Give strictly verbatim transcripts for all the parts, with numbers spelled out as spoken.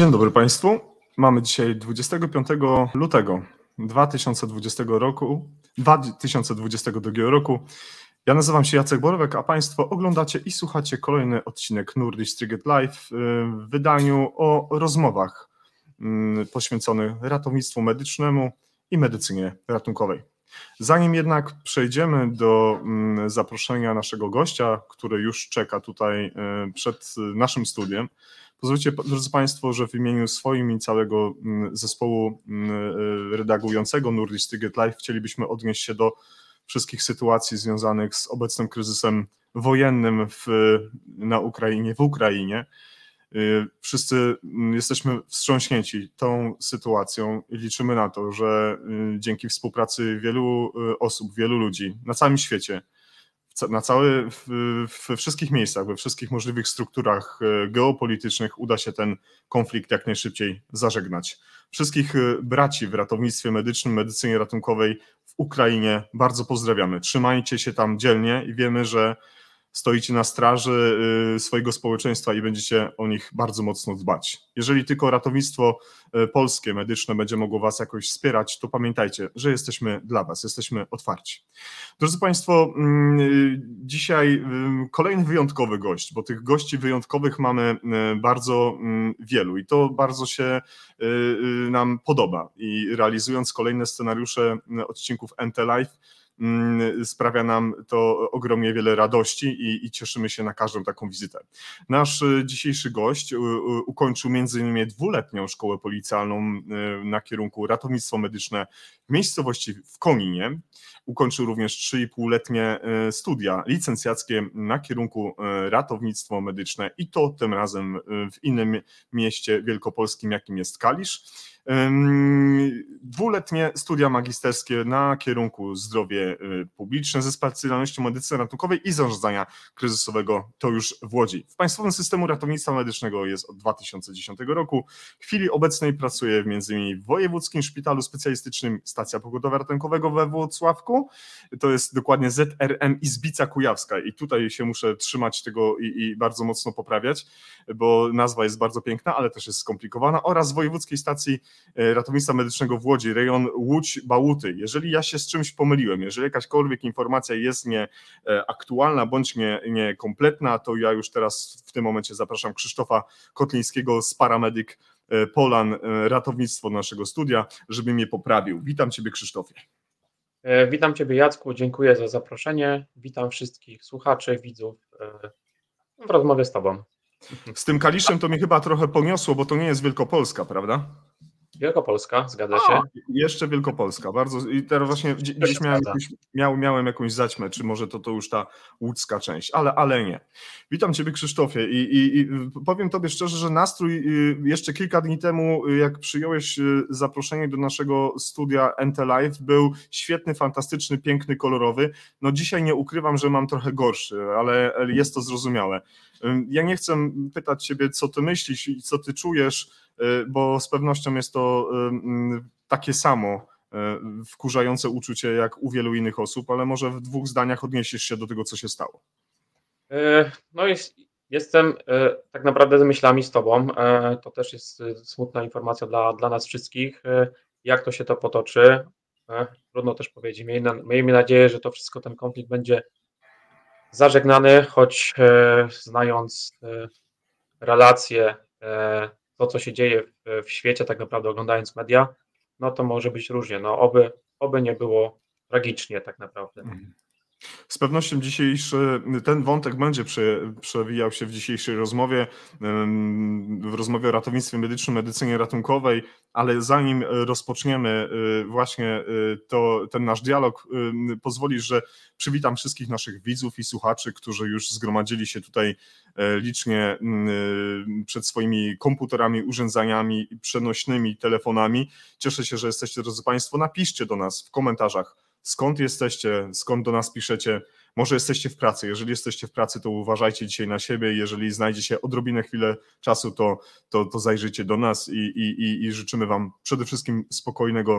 Dzień dobry Państwu. Mamy dzisiaj dwudziestego piątego lutego dwa tysiące dwudziestego roku, dwa tysiące dwudziestego drugiego roku. Ja nazywam się Jacek Borowek, a Państwo oglądacie i słuchacie kolejny odcinek Nordic Triget Live w wydaniu o rozmowach poświęconych ratownictwu medycznemu i medycynie ratunkowej. Zanim jednak przejdziemy do zaproszenia naszego gościa, który już czeka tutaj przed naszym studiem, pozwólcie, drodzy Państwo, że w imieniu swoim i całego zespołu redagującego Nordic Triget Live chcielibyśmy odnieść się do wszystkich sytuacji związanych z obecnym kryzysem wojennym w, na Ukrainie, w Ukrainie. Wszyscy jesteśmy wstrząśnięci tą sytuacją i liczymy na to, że dzięki współpracy wielu osób, wielu ludzi na całym świecie, na całe, we wszystkich miejscach, we wszystkich możliwych strukturach geopolitycznych uda się ten konflikt jak najszybciej zażegnać. Wszystkich braci w ratownictwie medycznym, medycynie ratunkowej w Ukrainie bardzo pozdrawiamy. Trzymajcie się tam dzielnie i wiemy, że stoicie na straży swojego społeczeństwa i będziecie o nich bardzo mocno dbać. Jeżeli tylko ratownictwo polskie, medyczne będzie mogło Was jakoś wspierać, to pamiętajcie, że jesteśmy dla Was, jesteśmy otwarci. Drodzy Państwo, dzisiaj kolejny wyjątkowy gość, bo tych gości wyjątkowych mamy bardzo wielu i to bardzo się nam podoba i realizując kolejne scenariusze odcinków N T Live, sprawia nam to ogromnie wiele radości i, i cieszymy się na każdą taką wizytę. Nasz dzisiejszy gość ukończył między innymi dwuletnią szkołę policjalną na kierunku ratownictwo medyczne w miejscowości w Koninie. Ukończył również trzyipółletnie studia licencjackie na kierunku ratownictwo medyczne i to tym razem w innym mieście wielkopolskim, jakim jest Kalisz. Dwuletnie studia magisterskie na kierunku zdrowie publiczne ze specjalnością medycyny ratunkowej i zarządzania kryzysowego, to już w Łodzi. W Państwowym Systemu Ratownictwa Medycznego jest od dwa tysiące dziesiątego roku. W chwili obecnej pracuje między innymi w Wojewódzkim Szpitalu Specjalistycznym Stacja Pogotowia Ratunkowego we Włocławku. To jest dokładnie Z R M Izbica Kujawska i tutaj się muszę trzymać tego i, i bardzo mocno poprawiać, bo nazwa jest bardzo piękna, ale też jest skomplikowana, oraz Wojewódzkiej Stacji Ratownictwa Medycznego w Łodzi, rejon Łódź-Bałuty. Jeżeli ja się z czymś pomyliłem, jeżeli jakaśkolwiek informacja jest nieaktualna bądź nie, niekompletna, to ja już teraz w tym momencie zapraszam Krzysztofa Kotlińskiego z Paramedyk Polan, ratownictwo naszego studia, żeby mnie poprawił. Witam Ciebie, Krzysztofie. Witam Ciebie, Jacku, dziękuję za zaproszenie. Witam wszystkich słuchaczy, widzów w rozmowie z Tobą. Z tym Kaliszem to mnie chyba trochę poniosło, bo to nie jest Wielkopolska, prawda? Wielkopolska, zgadza się. A, jeszcze Wielkopolska, bardzo. I teraz właśnie dziś miałem, jakąś, miał, miałem jakąś zaćmę, czy może to, to już ta łódzka część, ale, ale nie. Witam Ciebie, Krzysztofie, i, i, i powiem Tobie szczerze, że nastrój jeszcze kilka dni temu, jak przyjąłeś zaproszenie do naszego studia N T Live, był świetny, fantastyczny, piękny, kolorowy. No dzisiaj nie ukrywam, że mam trochę gorszy, ale jest to zrozumiałe. Ja nie chcę pytać Ciebie, co Ty myślisz i co Ty czujesz, bo z pewnością jest to takie samo wkurzające uczucie jak u wielu innych osób, ale może w dwóch zdaniach odniesiesz się do tego, co się stało. No jest, jestem tak naprawdę z myślami z Tobą. To też jest smutna informacja dla, dla nas wszystkich. Jak to się to potoczy? Trudno też powiedzieć. Miejmy, miejmy nadzieję, że to wszystko, ten konflikt będzie zażegnany, choć znając relacje, to, co się dzieje w, w świecie, tak naprawdę oglądając media, no to może być różnie. No oby, oby nie było tragicznie tak naprawdę. Z pewnością dzisiejszy, ten wątek będzie prze, przewijał się w dzisiejszej rozmowie, w rozmowie o ratownictwie medycznym, medycynie ratunkowej, ale zanim rozpoczniemy właśnie to, ten nasz dialog, pozwolisz, że przywitam wszystkich naszych widzów i słuchaczy, którzy już zgromadzili się tutaj licznie przed swoimi komputerami, urządzeniami, przenośnymi telefonami. Cieszę się, że jesteście, drodzy Państwo. Napiszcie do nas w komentarzach, skąd jesteście, skąd do nas piszecie, może jesteście w pracy. Jeżeli jesteście w pracy, to uważajcie dzisiaj na siebie. Jeżeli znajdzie się odrobinę chwilę czasu, to, to, to zajrzyjcie do nas i, i, i życzymy Wam przede wszystkim spokojnego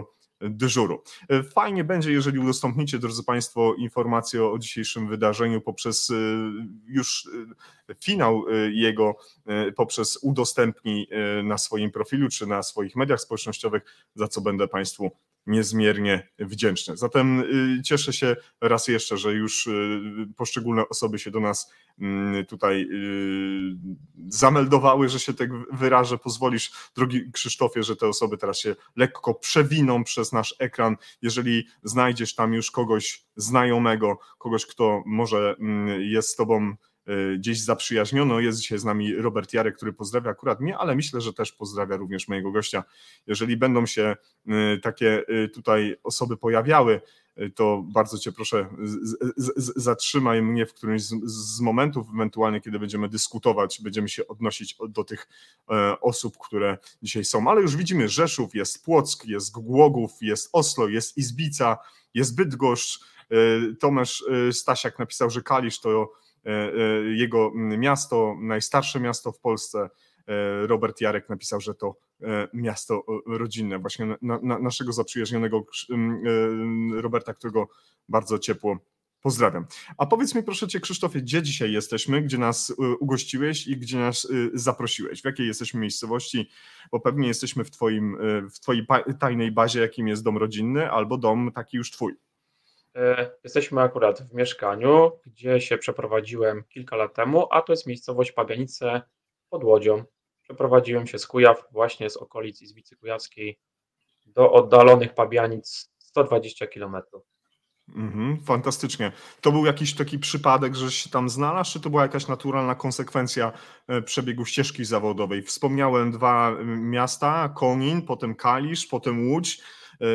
dyżuru. Fajnie będzie, jeżeli udostępnicie, drodzy Państwo, informacje o dzisiejszym wydarzeniu poprzez już finał jego, poprzez udostępnij na swoim profilu czy na swoich mediach społecznościowych, za co będę Państwu niezmiernie wdzięczny. Zatem cieszę się raz jeszcze, że już poszczególne osoby się do nas tutaj zameldowały, że się tak wyrażę. Pozwolisz, drogi Krzysztofie, że te osoby teraz się lekko przewiną przez nasz ekran. Jeżeli znajdziesz tam już kogoś znajomego, kogoś, kto może jest z tobą gdzieś zaprzyjaźniony. Jest dzisiaj z nami Robert Jarek, który pozdrawia akurat mnie, ale myślę, że też pozdrawia również mojego gościa. Jeżeli będą się takie tutaj osoby pojawiały, to bardzo Cię proszę, z, z, zatrzymaj mnie w którymś z, z momentów, ewentualnie kiedy będziemy dyskutować, będziemy się odnosić do tych osób, które dzisiaj są. Ale już widzimy, Rzeszów, jest Płock, jest Głogów, jest Oslo, jest Izbica, jest Bydgoszcz. Tomasz Stasiak napisał, że Kalisz to jego miasto, najstarsze miasto w Polsce. Robert Jarek napisał, że to miasto rodzinne, właśnie na, na naszego zaprzyjaźnionego Roberta, którego bardzo ciepło pozdrawiam. A powiedz mi proszę Cię, Krzysztofie, gdzie dzisiaj jesteśmy, gdzie nas ugościłeś i gdzie nas zaprosiłeś? W jakiej jesteśmy miejscowości? Bo pewnie jesteśmy w, twoim, w Twojej tajnej bazie, jakim jest dom rodzinny, albo dom taki już Twój. Jesteśmy akurat w mieszkaniu, gdzie się przeprowadziłem kilka lat temu, a to jest miejscowość Pabianice pod Łodzią. Przeprowadziłem się z Kujaw, właśnie z okolic Izbicy Kujawskiej, do oddalonych Pabianic sto dwadzieścia kilometrów. Mhm, fantastycznie. To był jakiś taki przypadek, że się tam znalazł, czy to była jakaś naturalna konsekwencja przebiegu ścieżki zawodowej? Wspomniałem dwa miasta, Konin, potem Kalisz, potem Łódź.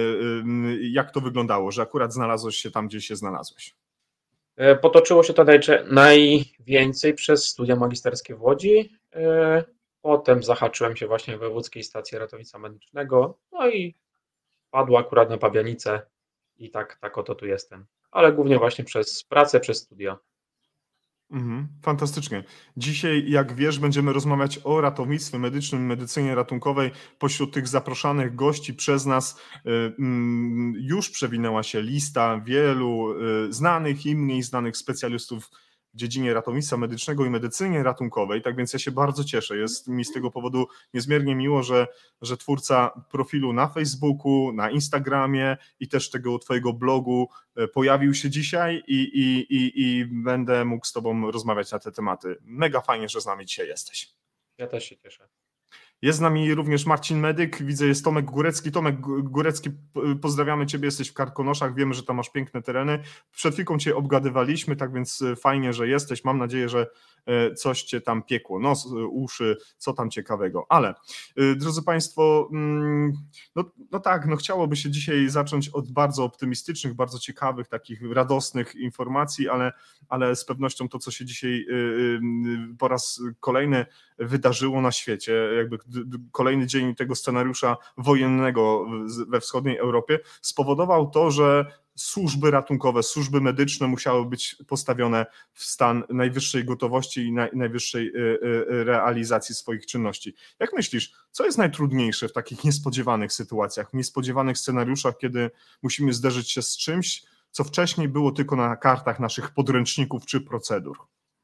Jak to wyglądało, że akurat znalazłeś się tam, gdzie się znalazłeś? Potoczyło się to najwięcej przez studia magisterskie w Łodzi. Potem zahaczyłem się właśnie we Łódzkiej Stacji Ratownictwa Medycznego, no i padło akurat na Pabianice i tak, tak oto tu jestem. Ale głównie właśnie przez pracę, przez studia. Mhm, fantastycznie. Dzisiaj, jak wiesz, będziemy rozmawiać o ratownictwie medycznym, medycynie ratunkowej. Pośród tych zaproszonych gości przez nas już przewinęła się lista wielu znanych i mniej znanych specjalistów w dziedzinie ratownictwa medycznego i medycynie ratunkowej, tak więc ja się bardzo cieszę. Jest mi z tego powodu niezmiernie miło, że, że twórca profilu na Facebooku, na Instagramie i też tego twojego blogu pojawił się dzisiaj i, i, i, i będę mógł z tobą rozmawiać na te tematy. Mega fajnie, że z nami dzisiaj jesteś. Ja też się cieszę. Jest z nami również Marcin Medyk, widzę, jest Tomek Górecki. Tomek Górecki, pozdrawiamy Ciebie, jesteś w Karkonoszach, wiemy, że tam masz piękne tereny. Przed chwilką Cię obgadywaliśmy, tak więc fajnie, że jesteś. Mam nadzieję, że coś Cię tam piekło, nos, uszy, co tam ciekawego. Ale, drodzy Państwo, no, no tak, no chciałoby się dzisiaj zacząć od bardzo optymistycznych, bardzo ciekawych, takich radosnych informacji, ale, ale z pewnością to, co się dzisiaj po raz kolejny wydarzyło na świecie, jakby kolejny dzień tego scenariusza wojennego we wschodniej Europie, spowodował to, że służby ratunkowe, służby medyczne musiały być postawione w stan najwyższej gotowości i najwyższej realizacji swoich czynności. Jak myślisz, co jest najtrudniejsze w takich niespodziewanych sytuacjach, w niespodziewanych scenariuszach, kiedy musimy zderzyć się z czymś, co wcześniej było tylko na kartach naszych podręczników czy procedur?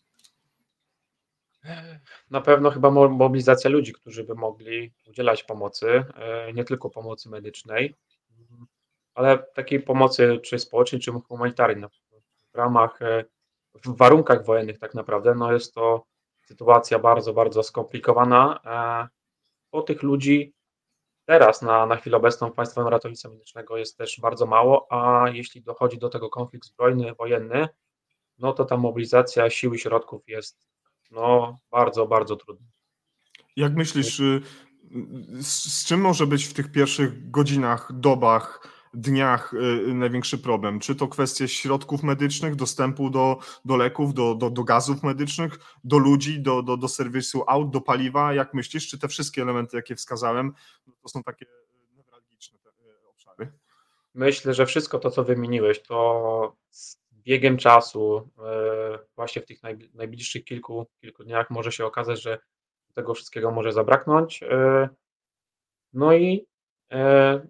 Na pewno chyba mobilizacja ludzi, którzy by mogli udzielać pomocy, nie tylko pomocy medycznej, ale takiej pomocy czy społecznej, czy humanitarnej. W ramach, w warunkach wojennych tak naprawdę, no jest to sytuacja bardzo, bardzo skomplikowana, bo tych ludzi teraz na, na chwilę obecną w Państwowym Ratownictwie Medycznego jest też bardzo mało, a jeśli dochodzi do tego konflikt zbrojny, wojenny, no to ta mobilizacja sił i środków jest no bardzo, bardzo trudna. Jak myślisz, z, z czym może być w tych pierwszych godzinach, dobach, dniach największy problem? Czy to kwestie środków medycznych, dostępu do, do leków, do, do, do gazów medycznych, do ludzi, do, do, do serwisu aut, do paliwa? Jak myślisz, czy te wszystkie elementy, jakie wskazałem, to są takie newralgiczne obszary? Myślę, że wszystko to, co wymieniłeś, to z biegiem czasu, właśnie w tych najbliższych kilku, kilku dniach może się okazać, że tego wszystkiego może zabraknąć. No i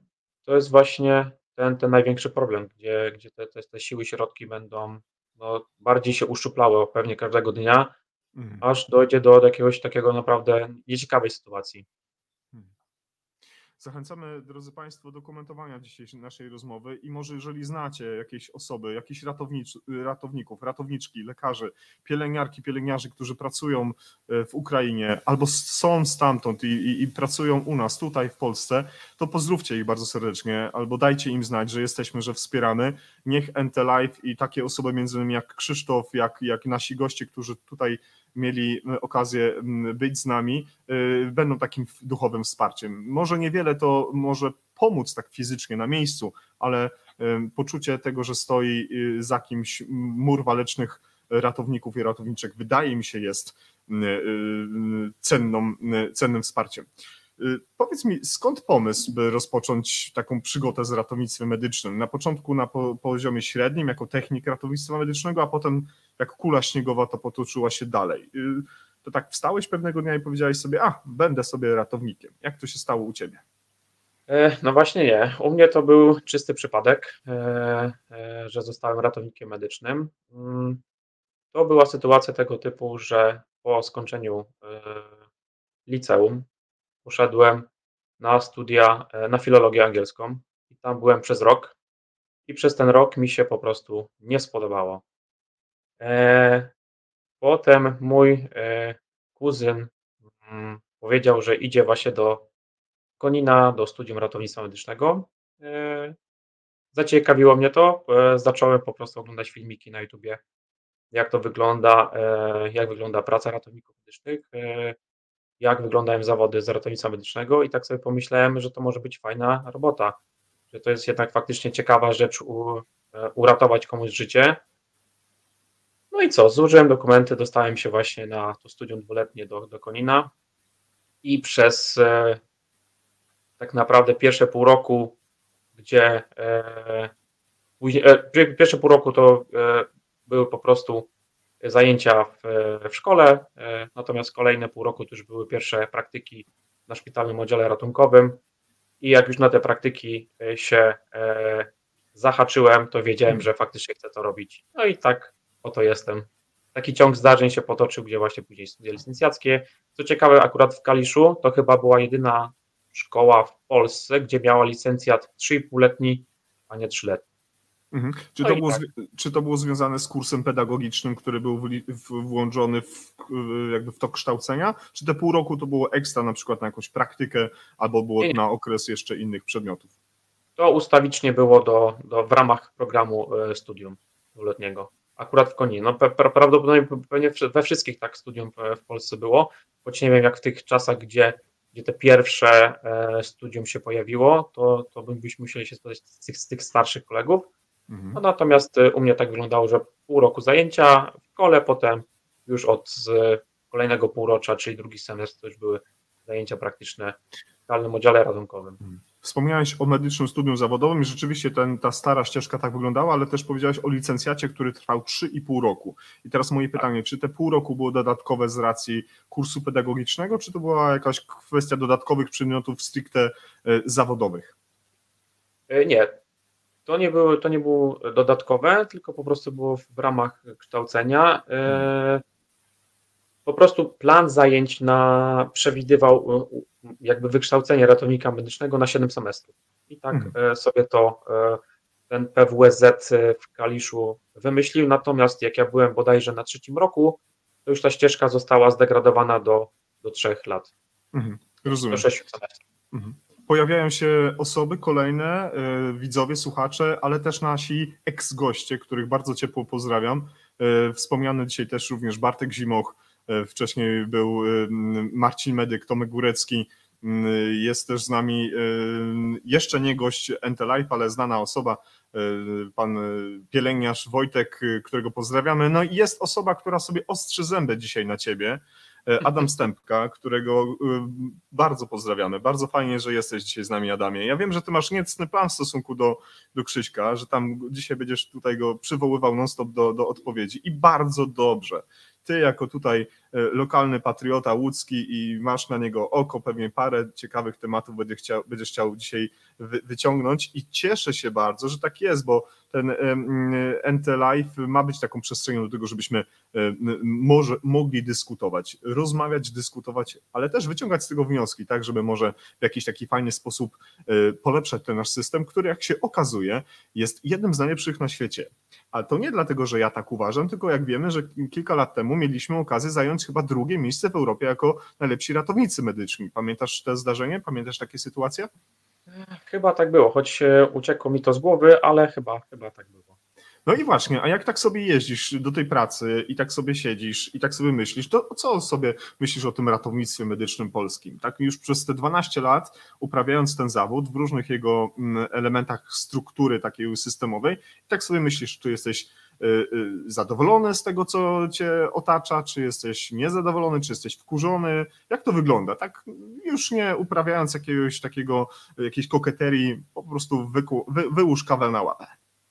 to jest właśnie ten ten największy problem, gdzie gdzie te te te siły, środki będą, no, bardziej się uszczuplały pewnie każdego dnia, Mhm. aż dojdzie do do jakiegoś takiego naprawdę nieciekawej sytuacji. Mhm. Zachęcamy, drodzy Państwo, do komentowania dzisiejszej naszej rozmowy i może jeżeli znacie jakieś osoby, jakichś ratownicz, ratowników, ratowniczki, lekarzy, pielęgniarki, pielęgniarzy, którzy pracują e, w Ukrainie albo s- są stamtąd i, i, i pracują u nas tutaj w Polsce, to pozdrówcie ich bardzo serdecznie albo dajcie im znać, że jesteśmy, że wspieramy. Niech N T Life i takie osoby między innymi jak Krzysztof, jak, jak nasi goście, którzy tutaj mieli e, okazję m, być z nami, y, będą takim duchowym wsparciem. Może niewiele to może pomóc tak fizycznie na miejscu, ale y, poczucie tego, że stoi y, za kimś m, mur walecznych ratowników i ratowniczek, wydaje mi się, jest y, y, cenną, y, cennym wsparciem. Y, Powiedz mi, skąd pomysł, by rozpocząć taką przygodę z ratownictwem medycznym? Na początku na po, poziomie średnim, jako technik ratownictwa medycznego, a potem jak kula śniegowa to potoczyła się dalej. Y, To tak wstałeś pewnego dnia i powiedziałeś sobie, a, będę sobie ratownikiem. Jak to się stało u ciebie? E, no właśnie nie. U mnie to był czysty przypadek, e, e, że zostałem ratownikiem medycznym. Mm, to była sytuacja tego typu, że po skończeniu, e, liceum poszedłem na studia, e, na filologię angielską i tam byłem przez rok i przez ten rok mi się po prostu nie spodobało. E, potem mój, e, kuzyn, mm, powiedział, że idzie właśnie do Konina, do studium ratownictwa medycznego. E, zaciekawiło mnie to, e, zacząłem po prostu oglądać filmiki na YouTubie, jak to wygląda, e, jak wygląda praca ratowników medycznych, e, jak wyglądają zawody z ratownictwa medycznego i tak sobie pomyślałem, że to może być fajna robota, że to jest jednak faktycznie ciekawa rzecz u, e, uratować komuś życie. No i co, złożyłem dokumenty, dostałem się właśnie na to studium dwuletnie do, do Konina i przez e, tak naprawdę pierwsze pół roku, gdzie e, później, e, pie- pierwsze pół roku to e, były po prostu zajęcia w, w szkole, e, natomiast kolejne pół roku to już były pierwsze praktyki na szpitalnym oddziale ratunkowym i jak już na te praktyki e, się e, zahaczyłem, to wiedziałem, Mhm. że faktycznie chcę to robić. No i tak oto jestem. Taki ciąg zdarzeń się potoczył, gdzie właśnie później studia licencjackie. Co ciekawe, akurat w Kaliszu to chyba była jedyna szkoła w Polsce, gdzie miała licencjat trzy i pół-letni, a nie trzyletni. Mhm. Czy No to i było, tak. zwi- czy to było związane z kursem pedagogicznym, który był wli- w, włączony w, jakby w to kształcenia? Czy te pół roku to było ekstra na przykład na jakąś praktykę albo było Nie, nie. na okres jeszcze innych przedmiotów? To ustawicznie było do, do, w ramach programu e, studium dwuletniego. Akurat w Koninie. No, pe, pra- prawdopodobnie pewnie wszy- we wszystkich tak studium e, w Polsce było, choć nie wiem jak w tych czasach, gdzie, gdzie te pierwsze e, studium się pojawiło, to, to bym- byśmy musieli się spotkać z tych, z tych starszych kolegów. No, Mhm. natomiast e, u mnie tak wyglądało, że pół roku zajęcia w szkole, potem już od z kolejnego półrocza, czyli drugi semestr, to już były zajęcia praktyczne w szpitalnym oddziale ratunkowym. Mhm. Wspomniałeś o medycznym studium zawodowym i rzeczywiście ten, ta stara ścieżka tak wyglądała, ale też powiedziałeś o licencjacie, który trwał trzy i pół roku. I teraz moje pytanie, czy te pół roku było dodatkowe z racji kursu pedagogicznego, czy to była jakaś kwestia dodatkowych przedmiotów stricte e, zawodowych? E, Nie, To nie były, to nie było dodatkowe, tylko po prostu było w ramach kształcenia. Mhm. E, Po prostu plan zajęć na, przewidywał e, u- jakby wykształcenie ratownika medycznego na siedem semestrów. I tak Mhm. e, sobie to e, ten P W S Z w Kaliszu wymyślił. Natomiast jak ja byłem bodajże na trzecim roku, to już ta ścieżka została zdegradowana do, do trzech lat, Mhm. do, do Rozumiem. sześciu semestrów. Mhm. Pojawiają się osoby kolejne, y, widzowie, słuchacze, ale też nasi ex-goście, których bardzo ciepło pozdrawiam. Y, Wspomniany dzisiaj też również Bartek Zimoch, y, wcześniej był y, Marcin Medyk, Tomek Górecki, y, jest też z nami y, jeszcze nie gość N T Live, ale znana osoba, y, pan y, pielęgniarz Wojtek, y, którego pozdrawiamy. No i jest osoba, która sobie ostrzy zęby dzisiaj na ciebie. Adam Stępka, którego y, bardzo pozdrawiamy. Bardzo fajnie, że jesteś dzisiaj z nami, Adamie. Ja wiem, że ty masz niecny plan w stosunku do, do Krzyśka, że tam dzisiaj będziesz tutaj go przywoływał non-stop do, do odpowiedzi i bardzo dobrze. Ty jako tutaj y, lokalny patriota łódzki i masz na niego oko, pewnie parę ciekawych tematów będziesz chciał, będziesz chciał dzisiaj wy, wyciągnąć i cieszę się bardzo, że tak jest, bo ten N T Live ma być taką przestrzenią do tego, żebyśmy może, mogli dyskutować, rozmawiać, dyskutować, ale też wyciągać z tego wnioski, tak, żeby może w jakiś taki fajny sposób polepszać ten nasz system, który jak się okazuje jest jednym z najlepszych na świecie. Ale to nie dlatego, że ja tak uważam, tylko jak wiemy, że kilka lat temu mieliśmy okazję zająć chyba drugie miejsce w Europie jako najlepsi ratownicy medyczni. Pamiętasz to zdarzenie? Pamiętasz takie sytuacje? Chyba tak było, choć uciekło mi to z głowy, ale chyba, chyba tak było. No i właśnie, a jak tak sobie jeździsz do tej pracy i tak sobie siedzisz i tak sobie myślisz, to co sobie myślisz o tym ratownictwie medycznym polskim? Tak już przez te dwanaście lat uprawiając ten zawód w różnych jego elementach struktury takiej systemowej, i tak sobie myślisz, czy jesteś zadowolony z tego, co cię otacza, czy jesteś niezadowolony, czy jesteś wkurzony? Jak to wygląda? Tak już nie uprawiając jakiegoś takiego, jakiejś koketerii, po prostu wyku, wy, wyłóż kawę na łapę.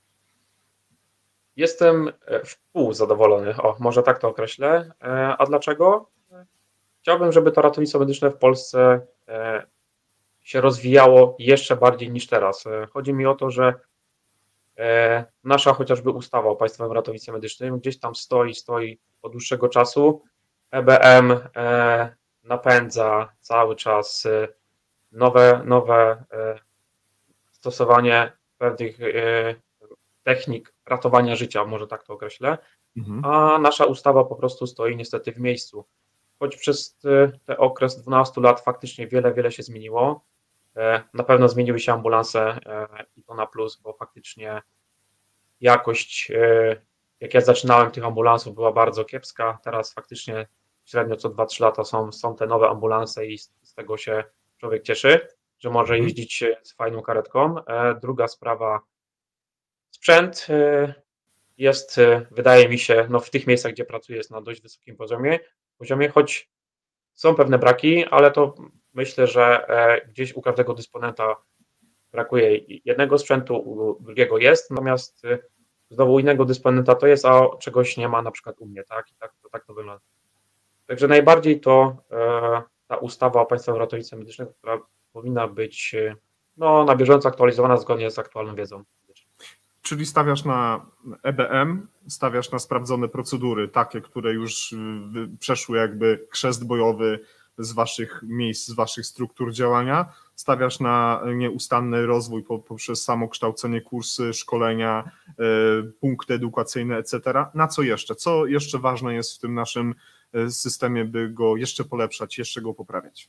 Jestem wpół zadowolony, o, może tak to określę. A dlaczego? Chciałbym, żeby to ratownictwo medyczne w Polsce się rozwijało jeszcze bardziej niż teraz. Chodzi mi o to, że nasza chociażby ustawa o Państwowym Ratownictwie Medycznym gdzieś tam stoi, stoi od dłuższego czasu. E B M napędza cały czas nowe, nowe stosowanie pewnych technik ratowania życia, może tak to określę, mhm. a nasza ustawa po prostu stoi niestety w miejscu. Choć przez ten okres dwunastu lat faktycznie wiele, wiele się zmieniło. Na pewno zmieniły się ambulanse i to na plus, bo faktycznie jakość, jak ja zaczynałem tych ambulansów, była bardzo kiepska. Teraz faktycznie średnio co dwa trzy lata są, są te nowe ambulanse i z tego się człowiek cieszy, że może mhm. jeździć z fajną karetką. Druga sprawa, sprzęt jest, wydaje mi się, no w tych miejscach, gdzie pracuję, jest na dość wysokim poziomie, poziomie, choć są pewne braki, ale to myślę, że gdzieś u każdego dysponenta brakuje jednego sprzętu, u drugiego jest, natomiast znowu innego dysponenta to jest, a czegoś nie ma na przykład u mnie, tak? I tak to, tak to wygląda. Także najbardziej to ta ustawa o Państwowym Ratownictwie Medycznym, która powinna być no, na bieżąco aktualizowana zgodnie z aktualną wiedzą. Czyli stawiasz na E B M, stawiasz na sprawdzone procedury, takie, które już przeszły jakby chrzest bojowy z waszych miejsc, z waszych struktur działania, stawiasz na nieustanny rozwój poprzez samokształcenie, kursy, szkolenia, punkty edukacyjne, et cetera. Na co jeszcze? Co jeszcze ważne jest w tym naszym systemie, by go jeszcze polepszać, jeszcze go poprawiać?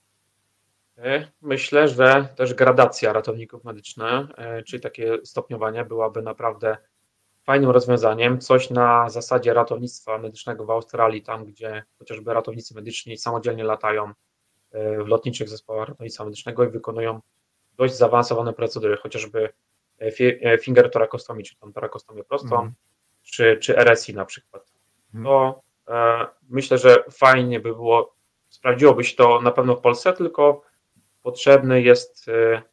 Myślę, że też gradacja ratowników medycznych, czyli takie stopniowanie byłaby naprawdę fajnym rozwiązaniem. Coś na zasadzie ratownictwa medycznego w Australii, tam gdzie chociażby ratownicy medyczni samodzielnie latają w lotniczych zespołach ratownictwa medycznego i wykonują dość zaawansowane procedury, chociażby finger torakostomię, czy tam torakostomię prostą, mm. czy, czy R S I na przykład. Mm. To e, myślę, że fajnie by było, sprawdziłoby się to na pewno w Polsce, tylko potrzebny jest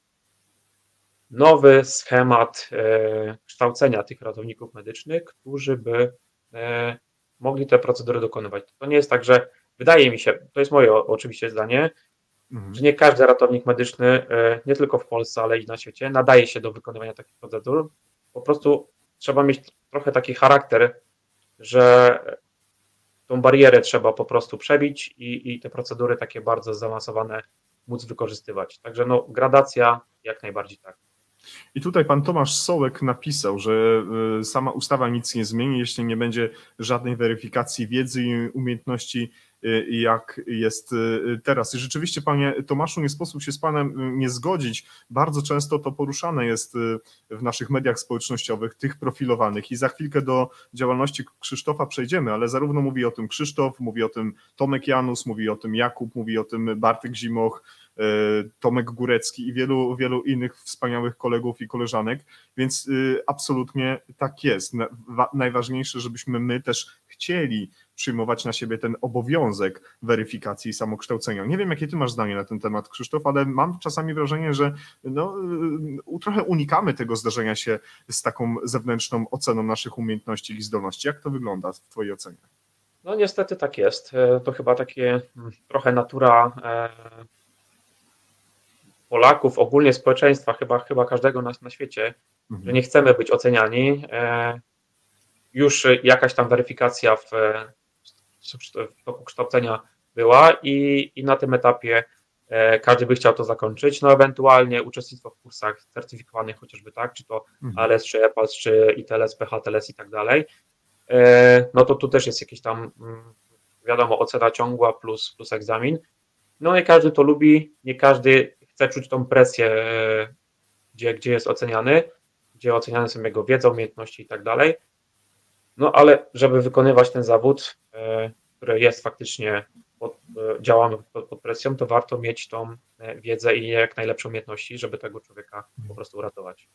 nowy schemat kształcenia tych ratowników medycznych, którzy by mogli te procedury dokonywać. To nie jest tak, że wydaje mi się, to jest moje oczywiście zdanie, mhm. że nie każdy ratownik medyczny, nie tylko w Polsce, ale i na świecie, nadaje się do wykonywania takich procedur. Po prostu trzeba mieć trochę taki charakter, że tą barierę trzeba po prostu przebić i, i te procedury takie bardzo zaawansowane móc wykorzystywać. Także no, gradacja jak najbardziej tak. I tutaj pan Tomasz Sołek napisał, że sama ustawa nic nie zmieni, jeśli nie będzie żadnej weryfikacji wiedzy i umiejętności, jak jest teraz. I rzeczywiście, panie Tomaszu, nie sposób się z panem nie zgodzić. Bardzo często to poruszane jest w naszych mediach społecznościowych, tych profilowanych. I za chwilkę do działalności Krzysztofa przejdziemy, ale zarówno mówi o tym Krzysztof, mówi o tym Tomek Janus, mówi o tym Jakub, mówi o tym Bartek Zimoch, Tomek Górecki i wielu, wielu innych wspaniałych kolegów i koleżanek, więc absolutnie tak jest. Najważniejsze, żebyśmy my też chcieli przyjmować na siebie ten obowiązek weryfikacji i samokształcenia. Nie wiem, jakie ty masz zdanie na ten temat, Krzysztof, ale mam czasami wrażenie, że no, trochę unikamy tego zdarzenia się z taką zewnętrzną oceną naszych umiejętności i zdolności. Jak to wygląda w twojej ocenie? No niestety tak jest. To chyba takie trochę natura Polaków, ogólnie społeczeństwa, chyba, chyba każdego nas na świecie, że Mhm. nie chcemy być oceniani. E, już jakaś tam weryfikacja w, w toku kształcenia była i, i na tym etapie e, każdy by chciał to zakończyć, no ewentualnie uczestnictwo w kursach certyfikowanych chociażby, tak, czy to Mhm. A L S, czy E P A S, czy I T L S, P H T L S i tak dalej, e, no to tu też jest jakieś tam, mm, wiadomo, ocena ciągła plus, plus egzamin. No nie każdy to lubi, nie każdy chce czuć tą presję, e, gdzie, gdzie jest oceniany, gdzie oceniane są jego wiedza, umiejętności i tak dalej. No ale żeby wykonywać ten zawód, e, który jest faktycznie, pod, e, działamy pod, pod presją, to warto mieć tą e, wiedzę i jak najlepsze umiejętności, żeby tego człowieka po prostu uratować.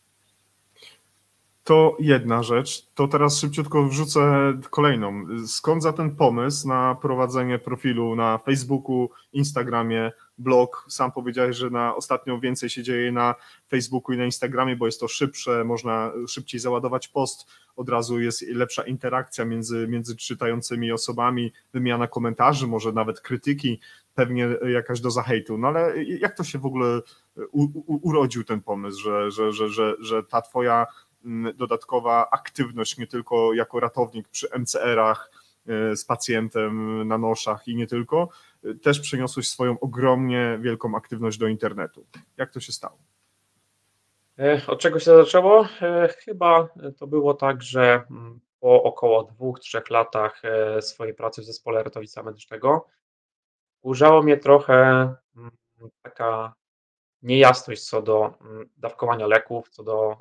To jedna rzecz. To teraz szybciutko wrzucę kolejną. Skąd za ten pomysł na prowadzenie profilu na Facebooku, Instagramie, blog? Sam powiedziałeś, że na ostatnio więcej się dzieje na Facebooku i na Instagramie, bo jest to szybsze, można szybciej załadować post, od razu jest lepsza interakcja między, między czytającymi osobami, wymiana komentarzy, może nawet krytyki, pewnie jakaś doza hejtu. No ale jak to się w ogóle u, u, urodził ten pomysł, że, że, że, że, że ta twoja dodatkowa aktywność, nie tylko jako ratownik przy M C R-ach z pacjentem na noszach i nie tylko, też przeniosłeś swoją ogromnie wielką aktywność do internetu. Jak to się stało? Od czego się zaczęło? Chyba to było tak, że po około dwóch, trzech latach swojej pracy w zespole ratownictwa medycznego wkurzało mnie trochę taka niejasność co do dawkowania leków, co do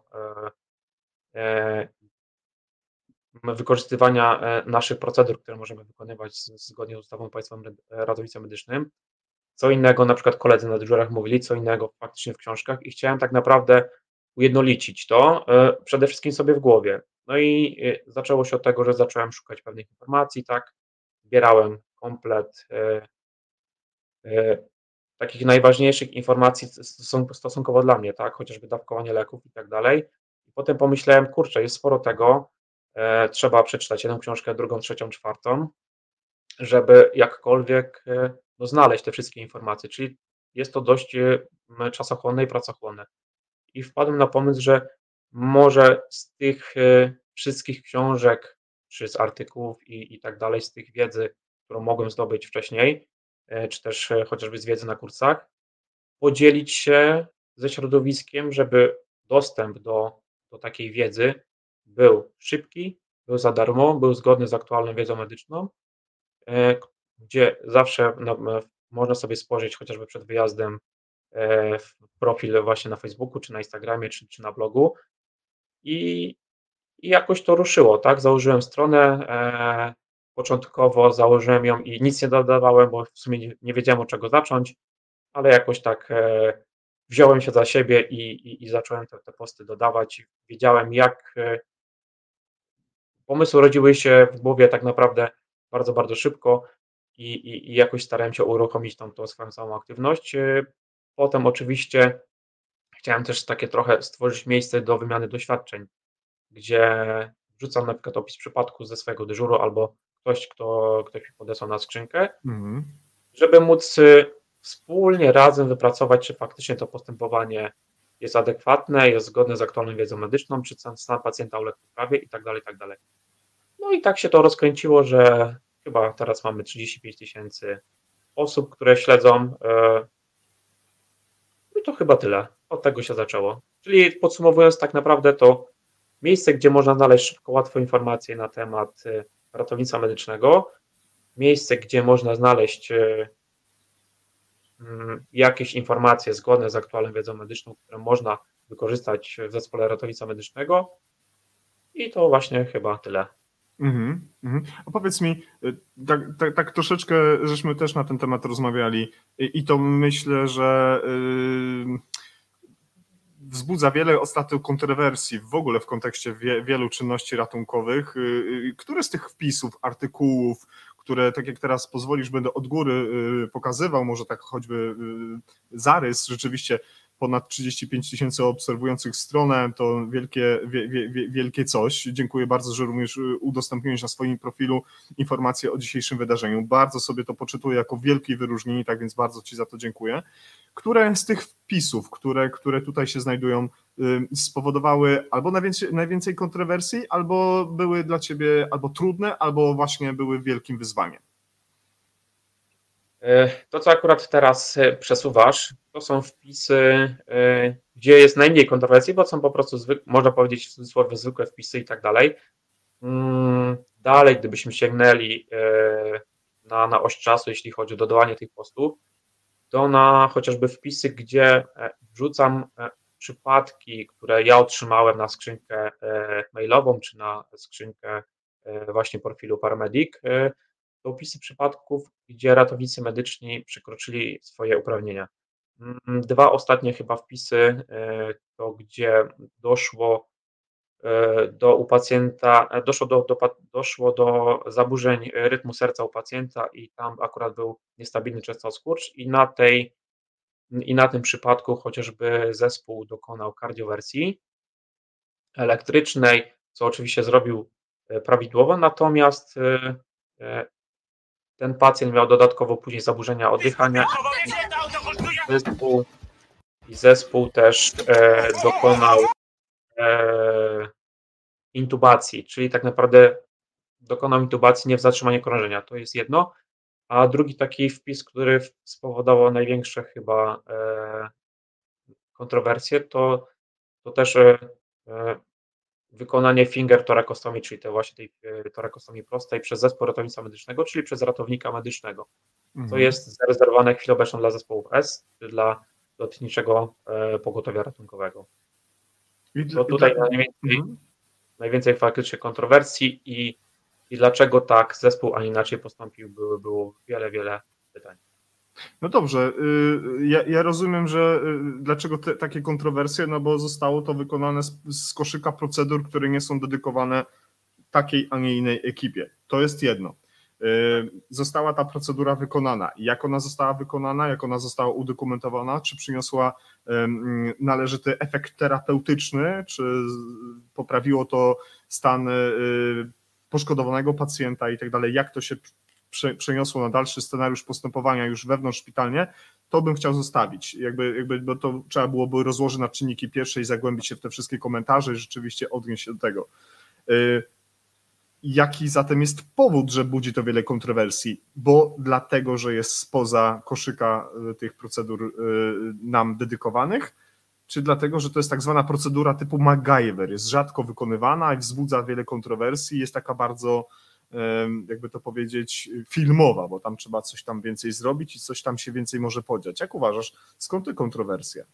wykorzystywania naszych procedur, które możemy wykonywać zgodnie z ustawą o Państwowym Ratownictwie Medycznym. Co innego na przykład koledzy na dyżurach mówili, co innego faktycznie w książkach i chciałem tak naprawdę ujednolicić to, przede wszystkim sobie w głowie. No i zaczęło się od tego, że zacząłem szukać pewnych informacji, tak, zbierałem komplet takich najważniejszych informacji stosunkowo dla mnie, tak, chociażby dawkowanie leków i tak dalej. I potem pomyślałem, kurczę, jest sporo tego, e, trzeba przeczytać jedną książkę, drugą, trzecią, czwartą, żeby jakkolwiek e, no, znaleźć te wszystkie informacje, czyli jest to dość e, czasochłonne i pracochłonne. I wpadłem na pomysł, że może z tych e, wszystkich książek, czy z artykułów i, i tak dalej, z tych wiedzy, którą mogłem zdobyć wcześniej, e, czy też e, chociażby z wiedzy na kursach, podzielić się ze środowiskiem, żeby dostęp do, do takiej wiedzy był szybki, był za darmo, był zgodny z aktualną wiedzą medyczną, e, gdzie zawsze no, m- można sobie spojrzeć chociażby przed wyjazdem e, w profil właśnie na Facebooku, czy na Instagramie, czy, czy na blogu i, i jakoś to ruszyło, tak? Założyłem stronę, e, początkowo założyłem ją i nic nie dodawałem, bo w sumie nie, nie wiedziałem od czego zacząć, ale jakoś tak e, wziąłem się za siebie i, i, i zacząłem te, te posty dodawać. Wiedziałem, jak e, pomysły rodziły się w głowie tak naprawdę bardzo, bardzo szybko i, i, i jakoś starałem się uruchomić tą, tą swoją samą aktywność. E, Potem oczywiście chciałem też takie trochę stworzyć miejsce do wymiany doświadczeń, gdzie wrzucam na przykład opis przypadku ze swojego dyżuru albo ktoś, kto, ktoś mi podesłał na skrzynkę, Mhm. żeby móc y, wspólnie razem wypracować, czy faktycznie to postępowanie jest adekwatne, jest zgodne z aktualną wiedzą medyczną, czy stan, stan pacjenta uległ poprawie i tak dalej, i tak dalej. No i tak się to rozkręciło, że chyba teraz mamy trzydzieści pięć tysięcy osób, które śledzą. y, I to chyba tyle. Od tego się zaczęło. Czyli podsumowując, tak naprawdę to miejsce, gdzie można znaleźć szybko, łatwo informacje na temat y, ratownictwa medycznego, miejsce, gdzie można znaleźć y, mm, jakieś informacje zgodne z aktualną wiedzą medyczną, które można wykorzystać w zespole ratownictwa medycznego. I to właśnie chyba tyle. Mhm, mhm. A powiedz mi, y, tak, tak, tak troszeczkę żeśmy też na ten temat rozmawiali i, i to myślę, że y, wzbudza wiele ostatnio kontrowersji w ogóle w kontekście wie, wielu czynności ratunkowych. Y, y, które z tych wpisów, artykułów, które tak jak teraz pozwolisz, będę od góry y, pokazywał, może tak choćby y, zarys rzeczywiście ponad trzydzieści pięć tysięcy obserwujących stronę, to wielkie, wie, wie, wielkie coś. Dziękuję bardzo, że również udostępniłeś na swoim profilu informacje o dzisiejszym wydarzeniu. Bardzo sobie to poczytuję jako wielkie wyróżnienie, tak więc bardzo Ci za to dziękuję. Które z tych wpisów, które, które tutaj się znajdują, spowodowały albo najwięcej, najwięcej kontrowersji, albo były dla Ciebie albo trudne, albo właśnie były wielkim wyzwaniem? To, co akurat teraz przesuwasz, to są wpisy, gdzie jest najmniej kontrowersji, bo są po prostu, zwyk- można powiedzieć w cudzysłowie, zwykłe wpisy i tak dalej. Dalej, gdybyśmy sięgnęli na, na oś czasu, jeśli chodzi o dodawanie tych postów, to na chociażby wpisy, gdzie wrzucam przypadki, które ja otrzymałem na skrzynkę mailową, czy na skrzynkę właśnie profilu Paramedic, to opisy przypadków, gdzie ratownicy medyczni przekroczyli swoje uprawnienia. Dwa ostatnie chyba wpisy, to gdzie doszło do u pacjenta, doszło do, do, doszło do zaburzeń rytmu serca u pacjenta i tam akurat był niestabilny częstoskurcz i na tej i na tym przypadku chociażby zespół dokonał kardiowersji elektrycznej, co oczywiście zrobił prawidłowo, natomiast ten pacjent miał dodatkowo później zaburzenia oddychania i zespół, i zespół też e, dokonał e, intubacji, czyli tak naprawdę dokonał intubacji nie w zatrzymaniu krążenia. To jest jedno. A drugi taki wpis, który spowodował największe chyba e, kontrowersje, to, to też e, wykonanie finger torakostomii, czyli to właśnie tej e, torakostomii prostej przez zespół ratownictwa medycznego, czyli przez ratownika medycznego, Mhm. co jest zarezerwowane chwilę obecną dla zespołów S, czy dla lotniczego e, pogotowia ratunkowego. I To dla- tutaj dla- najwięcej, Mhm. najwięcej faktycznie kontrowersji i, i dlaczego tak zespół, a nie inaczej postąpił, było, było wiele, wiele pytań. No dobrze, y, ja, ja rozumiem, że y, dlaczego te, takie kontrowersje, no bo zostało to wykonane z, z koszyka procedur, które nie są dedykowane takiej, a nie innej ekipie. To jest jedno. Y, Została ta procedura wykonana. Jak ona została wykonana, jak ona została udokumentowana, czy przyniosła ym, należyty efekt terapeutyczny, czy z- poprawiło to stan y, poszkodowanego pacjenta i tak dalej, jak to się prze- przeniosło na dalszy scenariusz postępowania już wewnątrz szpitalnie, to bym chciał zostawić. Jakby, jakby, bo to trzeba byłoby rozłożyć na czynniki pierwsze i zagłębić się w te wszystkie komentarze i rzeczywiście odnieść się do tego. Y, Jaki zatem jest powód, że budzi to wiele kontrowersji? Bo dlatego, że jest spoza koszyka y, tych procedur y, nam dedykowanych, czy dlatego, że to jest tak zwana procedura typu MacGyver, jest rzadko wykonywana i wzbudza wiele kontrowersji, jest taka bardzo, em, jakby to powiedzieć, filmowa, bo tam trzeba coś tam więcej zrobić i coś tam się więcej może podziać. Jak uważasz, skąd te kontrowersje?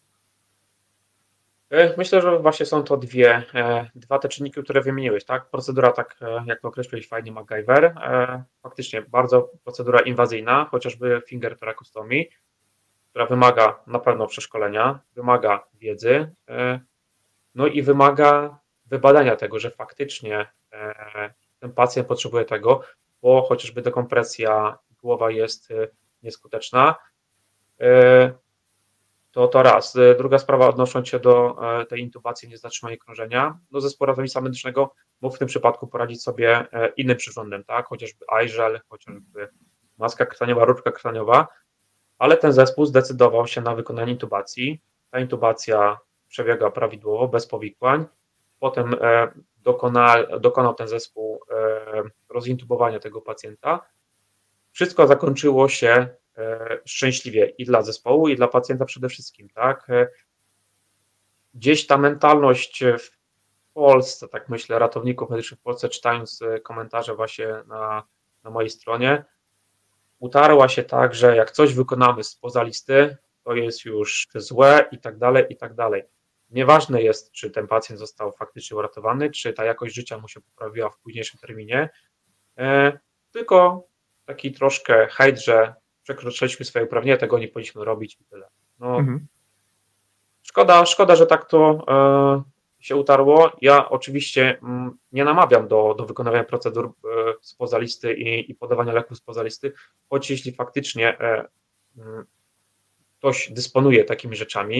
E, Myślę, że właśnie są to dwie, e, dwa te czynniki, które wymieniłeś, tak? Procedura, tak e, jak to określiłeś fajnie, MacGyver, e, faktycznie bardzo procedura inwazyjna, chociażby finger torakostomii, która wymaga na pewno przeszkolenia, wymaga wiedzy, e, no i wymaga wybadania tego, że faktycznie e, ten pacjent potrzebuje tego, bo chociażby dekompresja głowa jest e, nieskuteczna. E, To, to raz. E, Druga sprawa, odnosząc się do e, tej intubacji, niezatrzymania krążenia, no zespół ratownictwa medycznego mógł w tym przypadku poradzić sobie e, innym przyrządem, tak? Chociażby iGel, chociażby maska krtaniowa, rurka krtaniowa, ale ten zespół zdecydował się na wykonanie intubacji. Ta intubacja przebiega prawidłowo, bez powikłań. Potem e, dokona, dokonał ten zespół e, rozintubowania tego pacjenta. Wszystko zakończyło się e, szczęśliwie i dla zespołu, i dla pacjenta przede wszystkim, tak? E, Gdzieś ta mentalność w Polsce, tak myślę, ratowników medycznych w Polsce, czytając e, komentarze właśnie na, na mojej stronie, utarła się tak, że jak coś wykonamy spoza listy, to jest już złe i tak dalej, i tak dalej. Nieważne jest, czy ten pacjent został faktycznie uratowany, czy ta jakość życia mu się poprawiła w późniejszym terminie, e, tylko taki troszkę hejt, że przekroczyliśmy swoje uprawnienia, tego nie powinniśmy robić i tyle. No, Mhm. szkoda, szkoda, że tak to e, się utarło. Ja oczywiście mm, nie namawiam do, do wykonywania procedur e, spoza listy i, i podawania leków spoza listy, choć jeśli faktycznie e, mm, ktoś dysponuje takimi rzeczami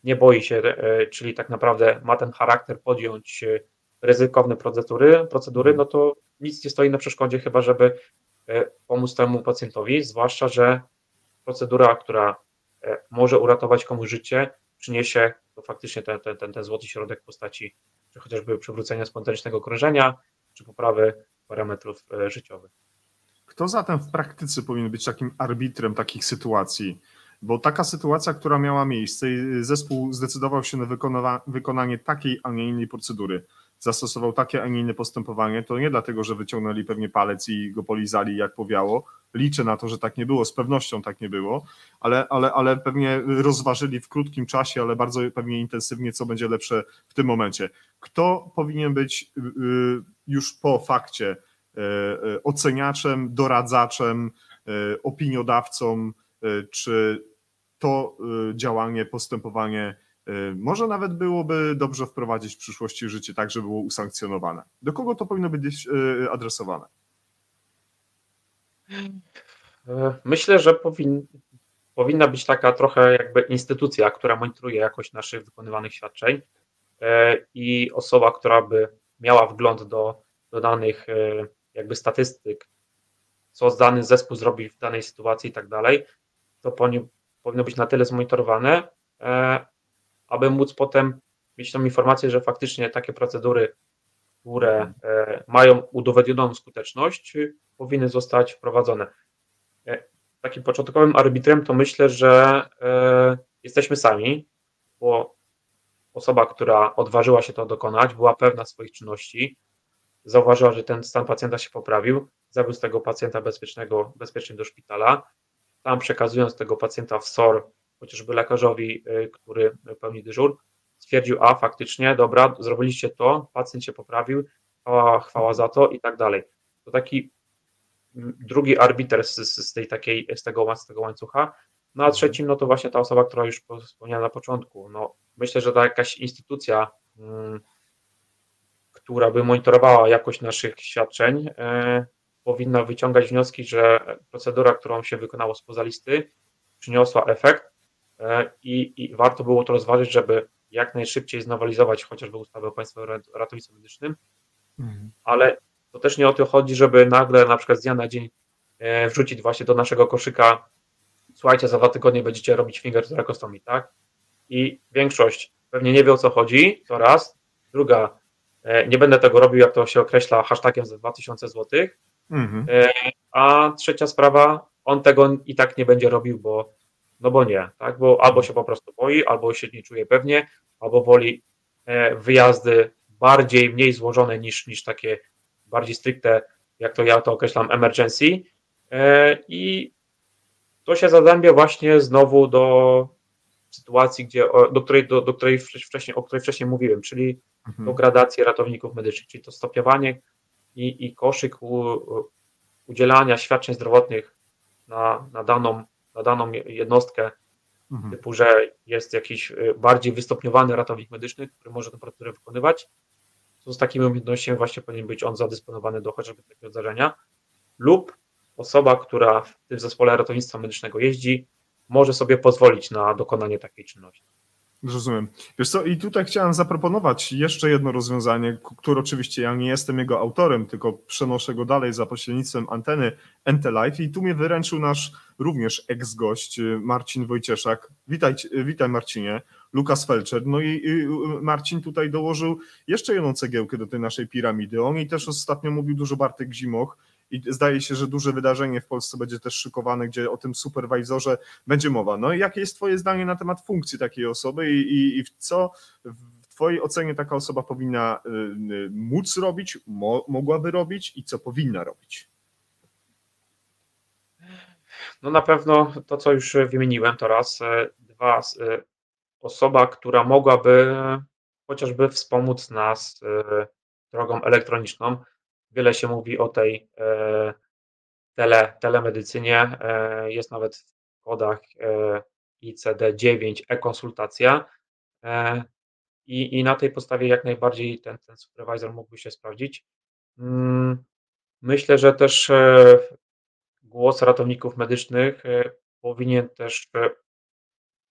nie boi się, e, czyli tak naprawdę ma ten charakter podjąć e, ryzykowne procedury, procedury, Mhm. no to nic nie stoi na przeszkodzie, chyba żeby e, pomóc temu pacjentowi, zwłaszcza, że procedura, która e, może uratować komuś życie, przyniesie to faktycznie ten, ten, ten, ten złoty środek w postaci czy chociażby przywrócenia spontanicznego krążenia, czy poprawy parametrów e, życiowych. Kto zatem w praktyce powinien być takim arbitrem takich sytuacji? Bo taka sytuacja, która miała miejsce, i zespół zdecydował się na wykonawa- wykonanie takiej, a nie innej procedury. Zastosował takie, a nie inne postępowanie, to nie dlatego, że wyciągnęli pewnie palec i go polizali jak powiało. Liczę na to, że tak nie było, z pewnością tak nie było, ale, ale, ale pewnie rozważyli w krótkim czasie, ale bardzo pewnie intensywnie, co będzie lepsze w tym momencie. Kto powinien być y, y, już po fakcie oceniaczem, doradzaczem, opiniodawcą, czy to działanie, postępowanie może nawet byłoby dobrze wprowadzić w przyszłości życie tak, żeby było usankcjonowane. Do kogo to powinno być adresowane? E, Myślę, że powin, powinna być taka trochę jakby instytucja, która monitoruje jakość naszych wykonywanych świadczeń e, i osoba, która by miała wgląd do, do danych e, jakby statystyk, co dany zespół zrobi w danej sytuacji i tak dalej, to powinno, powinno być na tyle zmonitorowane, e, aby móc potem mieć tą informację, że faktycznie takie procedury, które e, mają udowodnioną skuteczność, powinny zostać wprowadzone. E, Takim początkowym arbitrem to myślę, że e, jesteśmy sami, bo osoba, która odważyła się to dokonać, była pewna swoich czynności, zauważyła, że ten stan pacjenta się poprawił, zawiózł tego pacjenta bezpiecznego, bezpiecznie do szpitala, tam przekazując tego pacjenta w S O R, chociażby lekarzowi, y, który pełni dyżur, stwierdził, a faktycznie, dobra, zrobiliście to, pacjent się poprawił, chwała, chwała za to i tak dalej. To taki mm, drugi arbiter z, z, z tej takiej, z tego, z tego łańcucha. No a trzecim, no to właśnie ta osoba, która już wspomniałem na początku. No, myślę, że ta jakaś instytucja, mm, która by monitorowała jakość naszych świadczeń, e, powinna wyciągać wnioski, że procedura, którą się wykonało spoza listy, przyniosła efekt e, i, i warto było to rozważyć, żeby jak najszybciej znowelizować chociażby ustawę o Państwowym Ratownictwie Medycznym, Mhm. ale to też nie o to chodzi, żeby nagle na przykład z dnia na dzień e, wrzucić właśnie do naszego koszyka, słuchajcie, za dwa tygodnie będziecie robić finger tracheostomy, tak? I większość pewnie nie wie, o co chodzi, to raz. Druga, e, nie będę tego robił, jak to się określa, hashtagiem za dwa tysiące złotych. Mhm. E, A trzecia sprawa, on tego i tak nie będzie robił, bo no bo nie, tak? Bo albo się po prostu boi, albo się nie czuje pewnie, albo woli e, wyjazdy bardziej, mniej złożone niż, niż takie bardziej stricte, jak to ja to określam, emergency. E, I to się zazębia właśnie znowu do sytuacji, gdzie, do której, do, do której wcześniej, o której wcześniej mówiłem, czyli do Mhm. gradacji ratowników medycznych, czyli to stopniowanie i, i koszyk u, udzielania świadczeń zdrowotnych na, na, daną, na daną jednostkę, Mhm. typu, że jest jakiś y, bardziej wystopniowany ratownik medyczny, który może tę procedurę wykonywać, to z takimi umiejętnościami właśnie powinien być on zadysponowany do chociażby takiego zdarzenia, lub osoba, która w tym zespole ratownictwa medycznego jeździ, może sobie pozwolić na dokonanie takiej czynności. Rozumiem. Wiesz co, i tutaj chciałem zaproponować jeszcze jedno rozwiązanie, k- które oczywiście ja nie jestem jego autorem, tylko przenoszę go dalej za pośrednictwem anteny Entelife i tu mnie wyręczył nasz również ex-gość y, Marcin Wojcieszak. Witaj, witaj Marcinie, Lukas Felczer. No i y, y, Marcin tutaj dołożył jeszcze jedną cegiełkę do tej naszej piramidy. O niej też ostatnio mówił dużo Bartek Zimoch i zdaje się, że duże wydarzenie w Polsce będzie też szykowane, gdzie o tym superwajzorze będzie mowa. No i jakie jest Twoje zdanie na temat funkcji takiej osoby i, i, i w co w Twojej ocenie taka osoba powinna y, y, móc robić, mo, mogłaby robić i co powinna robić? No na pewno to, co już wymieniłem, to raz. E, Dwa, e, osoba, która mogłaby chociażby wspomóc nas e, drogą elektroniczną. Wiele się mówi o tej e, tele, telemedycynie. E, Jest nawet w kodach e, I C D dziewięć e-konsultacja. E, I, I na tej podstawie jak najbardziej ten, ten supervisor mógłby się sprawdzić. Mm, Myślę, że też e, głos ratowników medycznych e, powinien też e,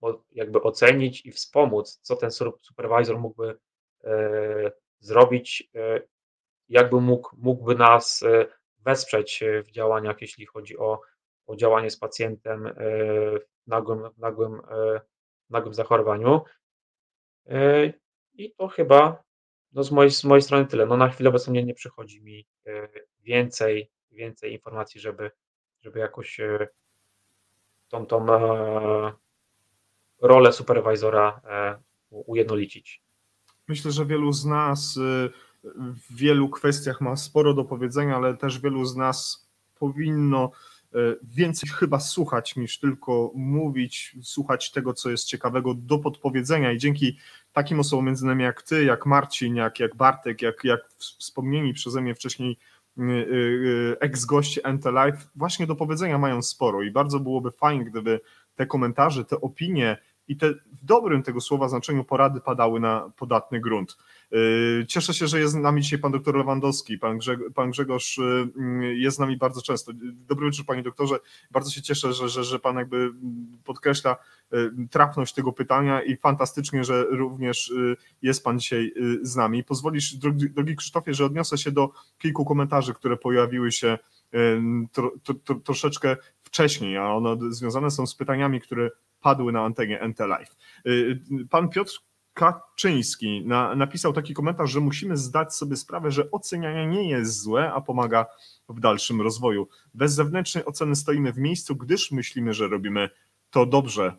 o jakby ocenić i wspomóc, co ten sur supervisor mógłby, e, zrobić, e, jakby mógł mógłby nas, e, wesprzeć, e, w działaniach, jeśli chodzi o o działanie z pacjentem, e, w nagłym nagłym, e, nagłym zachorowaniu. E, I to chyba, no, z mojej z mojej strony tyle. No, na chwilę obecną nie nie przychodzi mi, e, więcej więcej informacji, żeby żeby jakoś, e, tą tą, e, rolę supervisora, e, u ujednolicić. Myślę, że wielu z nas y, w wielu kwestiach ma sporo do powiedzenia, ale też wielu z nas powinno y, więcej chyba słuchać niż tylko mówić, słuchać tego, co jest ciekawego do podpowiedzenia i dzięki takim osobom między innymi jak ty, jak Marcin, jak, jak Bartek, jak, jak wspomnieni przeze mnie wcześniej y, y, ex-goście N T Live właśnie do powiedzenia mają sporo i bardzo byłoby fajnie, gdyby te komentarze, te opinie i te w dobrym tego słowa znaczeniu porady padały na podatny grunt. Cieszę się, że jest z nami dzisiaj pan doktor Lewandowski, pan, Grzeg- pan Grzegorz jest z nami bardzo często. Dobry wieczór, panie doktorze. Bardzo się cieszę, że, że, że pan jakby podkreśla trafność tego pytania i fantastycznie, że również jest pan dzisiaj z nami. Pozwolisz, drogi, drogi Krzysztofie, że odniosę się do kilku komentarzy, które pojawiły się tro, tro, troszeczkę wcześniej, a one związane są z pytaniami, które padły na antenie N T Live. Pan Piotr Kaczyński na, napisał taki komentarz, że musimy zdać sobie sprawę, że ocenianie nie jest złe, a pomaga w dalszym rozwoju. Bez zewnętrznej oceny stoimy w miejscu, gdyż myślimy, że robimy to dobrze.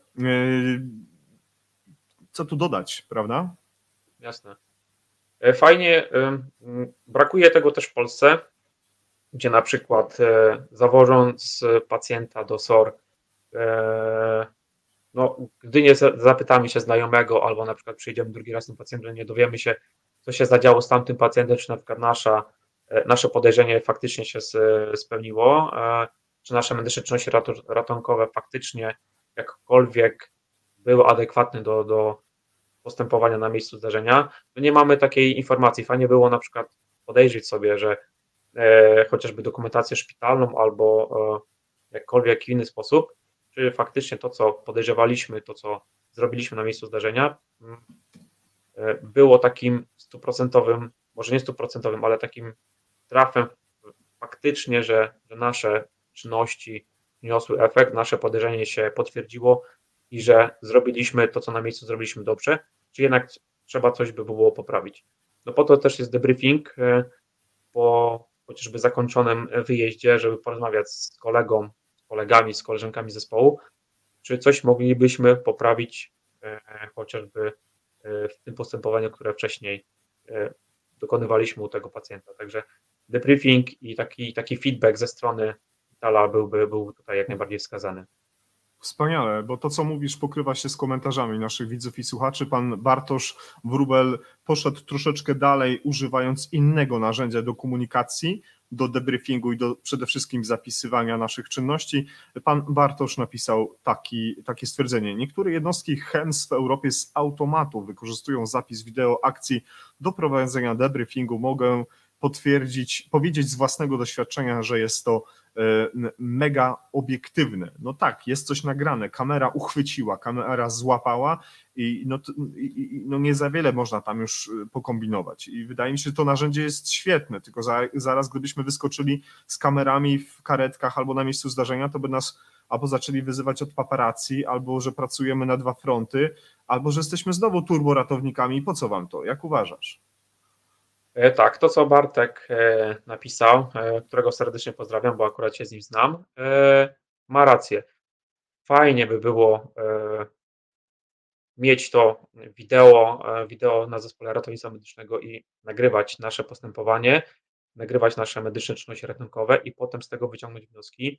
Co tu dodać, prawda? Jasne. E, Fajnie, ym, brakuje tego też w Polsce, gdzie na przykład, e, zawożąc pacjenta do S O R, e, no, gdy nie za- zapytamy się znajomego, albo na przykład przyjdziemy drugi raz z tym pacjentem, nie dowiemy się, co się zadziało z tamtym pacjentem, czy na przykład nasza, e, nasze podejrzenie faktycznie się s- spełniło, e, czy nasze medyczne czynności ratu- ratunkowe faktycznie jakkolwiek były adekwatne do, do postępowania na miejscu zdarzenia, to nie mamy takiej informacji. Fajnie było na przykład podejrzeć sobie, że e, chociażby dokumentację szpitalną albo e, jakkolwiek w inny sposób, czy faktycznie to, co podejrzewaliśmy, to, co zrobiliśmy na miejscu zdarzenia, mm, e, było takim stuprocentowym, może nie stuprocentowym, ale takim trafem faktycznie, że, że nasze czynności niosły efekt, nasze podejrzenie się potwierdziło i że zrobiliśmy to, co na miejscu zrobiliśmy dobrze, czy jednak trzeba coś by było poprawić. No po to też jest debriefing e, po chociażby zakończonym wyjeździe, żeby porozmawiać z kolegą, z kolegami, z koleżankami z zespołu, czy coś moglibyśmy poprawić e, chociażby e, w tym postępowaniu, które wcześniej e, dokonywaliśmy u tego pacjenta. Także debriefing i taki, taki feedback ze strony szpitala byłby, byłby tutaj jak najbardziej wskazany. Wspaniale, bo to, co mówisz, pokrywa się z komentarzami naszych widzów i słuchaczy. Pan Bartosz Wróbel poszedł troszeczkę dalej, używając innego narzędzia do komunikacji, do debriefingu i do przede wszystkim zapisywania naszych czynności. Pan Bartosz napisał taki, takie stwierdzenie. Niektóre jednostki H E M S w Europie z automatu wykorzystują zapis wideo akcji do prowadzenia debriefingu. Mogę potwierdzić, powiedzieć z własnego doświadczenia, że jest to mega obiektywne. No tak, jest coś nagrane, kamera uchwyciła, kamera złapała i no, i, no nie za wiele można tam już pokombinować. I wydaje mi się, że to narzędzie jest świetne, tylko za, zaraz gdybyśmy wyskoczyli z kamerami w karetkach albo na miejscu zdarzenia, to by nas albo zaczęli wyzywać od paparazzi, albo że pracujemy na dwa fronty, albo że jesteśmy znowu turboratownikami. Po co wam to? Jak uważasz? E, Tak, to co Bartek e, napisał, e, którego serdecznie pozdrawiam, bo akurat się z nim znam, e, ma rację. Fajnie by było e, mieć to wideo, e, wideo na zespole ratownictwa medycznego i nagrywać nasze postępowanie, nagrywać nasze medyczne czynności ratunkowe i potem z tego wyciągnąć wnioski.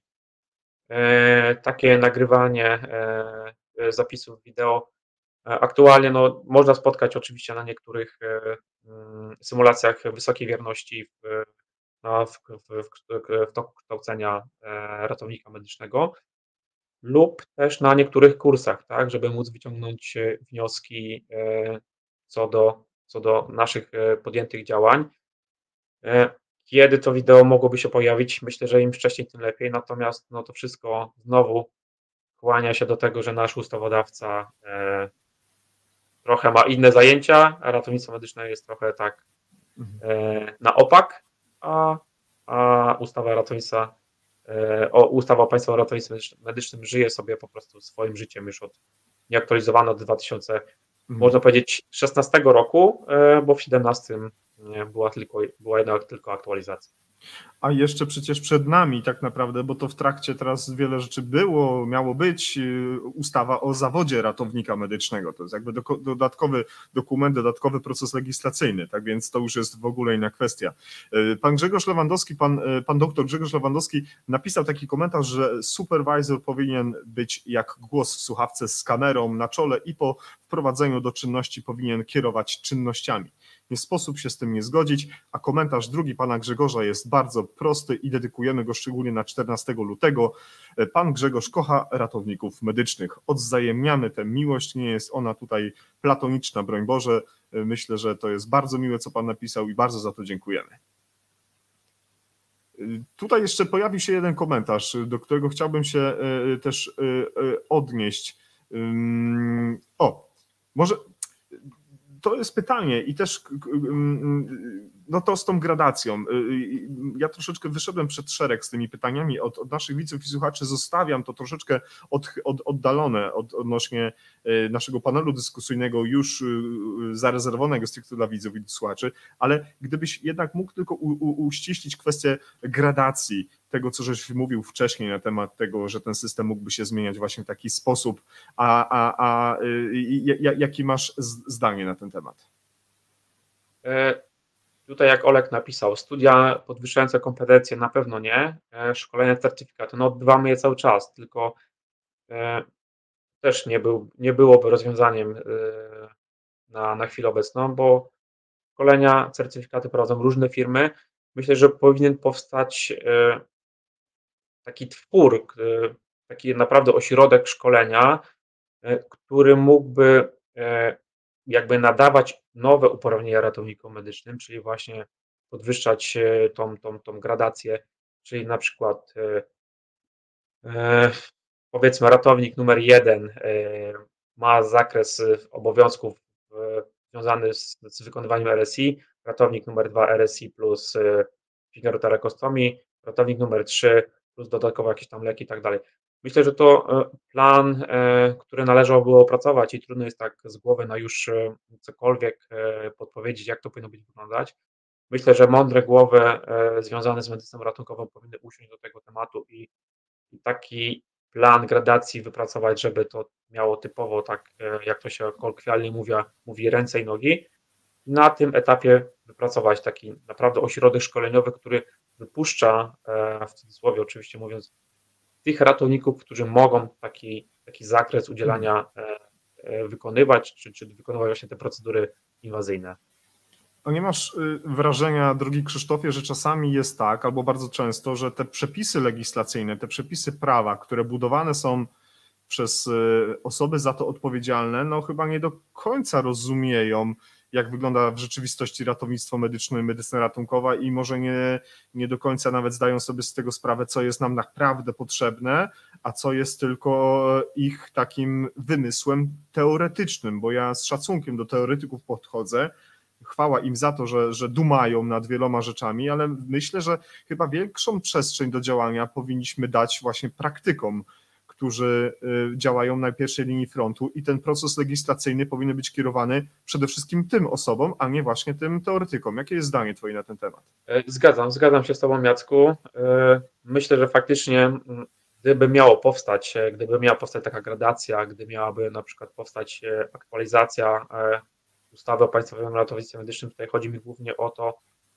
E, Takie nagrywanie e, e, zapisów wideo e, aktualnie no, można spotkać oczywiście na niektórych e, mm, symulacjach wysokiej wierności w, na, w, w, w, w toku kształcenia e, ratownika medycznego lub też na niektórych kursach, tak, żeby móc wyciągnąć e, wnioski e, co do, co do naszych e, podjętych działań. E, Kiedy to wideo mogłoby się pojawić? Myślę, że im wcześniej, tym lepiej. Natomiast no, to wszystko znowu skłania się do tego, że nasz ustawodawca trochę ma inne zajęcia, a ratownictwo medyczne jest trochę tak na opak, a, a ustawa ratownictwa, o, ustawa o Państwowym Ratownictwie Medycznym żyje sobie po prostu swoim życiem już od nieaktualizowane od dwa tysiące, mhm. można powiedzieć, szesnastego roku, bo w siedemnastym była tylko, była jednak tylko aktualizacja. A jeszcze przecież przed nami tak naprawdę, bo to w trakcie teraz wiele rzeczy było, miało być, ustawa o zawodzie ratownika medycznego. To jest jakby do, dodatkowy dokument, dodatkowy proces legislacyjny, tak więc to już jest w ogóle inna kwestia. Pan Grzegorz Lewandowski, pan, pan doktor Grzegorz Lewandowski napisał taki komentarz, że supervisor powinien być jak głos w słuchawce z kamerą na czole i po wprowadzeniu do czynności powinien kierować czynnościami. Nie sposób się z tym nie zgodzić, a komentarz drugi pana Grzegorza jest bardzo prosty i dedykujemy go szczególnie na czternastego lutego. Pan Grzegorz kocha ratowników medycznych. Odwzajemniamy tę miłość, nie jest ona tutaj platoniczna, broń Boże. Myślę, że to jest bardzo miłe, co pan napisał i bardzo za to dziękujemy. Tutaj jeszcze pojawił się jeden komentarz, do którego chciałbym się też odnieść. O, może... To jest pytanie i też no to z tą gradacją. Ja troszeczkę wyszedłem przed szereg z tymi pytaniami od, od naszych widzów i słuchaczy, zostawiam to troszeczkę od, od, oddalone od, odnośnie naszego panelu dyskusyjnego już zarezerwowanego stricte dla widzów i słuchaczy, ale gdybyś jednak mógł tylko u, u, uściślić kwestię gradacji, tego, co żeś mówił wcześniej na temat tego, że ten system mógłby się zmieniać właśnie w taki sposób, a, a, a jakie masz zdanie na ten temat? Tutaj jak Olek napisał, studia podwyższające kompetencje na pewno nie, szkolenia, certyfikaty, no odbywamy je cały czas, tylko też nie, był, nie byłoby rozwiązaniem na, na chwilę obecną, bo szkolenia, certyfikaty prowadzą różne firmy. Myślę, że powinien powstać taki twór, taki naprawdę ośrodek szkolenia, który mógłby jakby nadawać nowe uprawnienia ratownikom medycznym, czyli właśnie podwyższać tą, tą, tą gradację, czyli na przykład powiedzmy ratownik numer jeden ma zakres obowiązków związany z, z wykonywaniem R S I, ratownik numer dwa R S I plus finerotorakostomii, ratownik numer trzy plus dodatkowo jakieś tam leki i tak dalej. Myślę, że to plan, który należało było opracować i trudno jest tak z głowy na już cokolwiek podpowiedzieć, jak to powinno być wyglądać. Myślę, że mądre głowy związane z medycyną ratunkową powinny usiąść do tego tematu i, i taki plan gradacji wypracować, żeby to miało typowo tak, jak to się kolokwialnie mówi, mówi ręce i nogi. I na tym etapie wypracować taki naprawdę ośrodek szkoleniowy, który wypuszcza, w cudzysłowie oczywiście mówiąc, tych ratowników, którzy mogą taki, taki zakres udzielania wykonywać, czy, czy wykonywać właśnie te procedury inwazyjne. A nie masz wrażenia, drogi Krzysztofie, że czasami jest tak, albo bardzo często, że te przepisy legislacyjne, te przepisy prawa, które budowane są przez osoby za to odpowiedzialne, no chyba nie do końca rozumieją, jak wygląda w rzeczywistości ratownictwo medyczne i medycyna ratunkowa i może nie, nie do końca nawet zdają sobie z tego sprawę, co jest nam naprawdę potrzebne, a co jest tylko ich takim wymysłem teoretycznym, bo ja z szacunkiem do teoretyków podchodzę, chwała im za to, że, że dumają nad wieloma rzeczami, ale myślę, że chyba większą przestrzeń do działania powinniśmy dać właśnie praktykom, którzy działają na pierwszej linii frontu i ten proces legislacyjny powinien być kierowany przede wszystkim tym osobom, a nie właśnie tym teoretykom. Jakie jest zdanie twoje na ten temat? Zgadzam, zgadzam się z tobą, Jacku. Myślę, że faktycznie gdyby miało powstać, gdyby miała powstać taka gradacja, gdy miałaby na przykład powstać aktualizacja ustawy o Państwowym Ratownictwie Medycznym, tutaj chodzi mi głównie o to,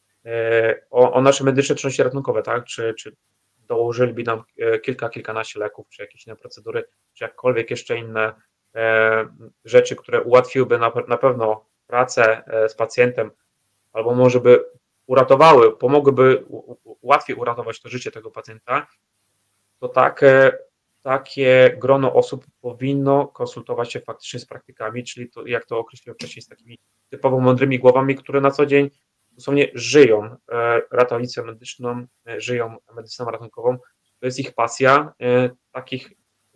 o, o nasze medyczne czynności ratunkowe, tak? Czy, czy dołożyliby nam kilka, kilkanaście leków, czy jakieś inne procedury, czy jakkolwiek jeszcze inne e, rzeczy, które ułatwiłyby na, na pewno pracę z pacjentem, albo może by uratowały, pomogłyby u, u, łatwiej uratować to życie tego pacjenta, to tak, e, takie grono osób powinno konsultować się faktycznie z praktykami, czyli to, jak to określiłem wcześniej, z takimi typowo mądrymi głowami, które na co dzień dosłownie żyją ratownictwem medycznym, żyją medycyną ratunkową, to jest ich pasja. Takich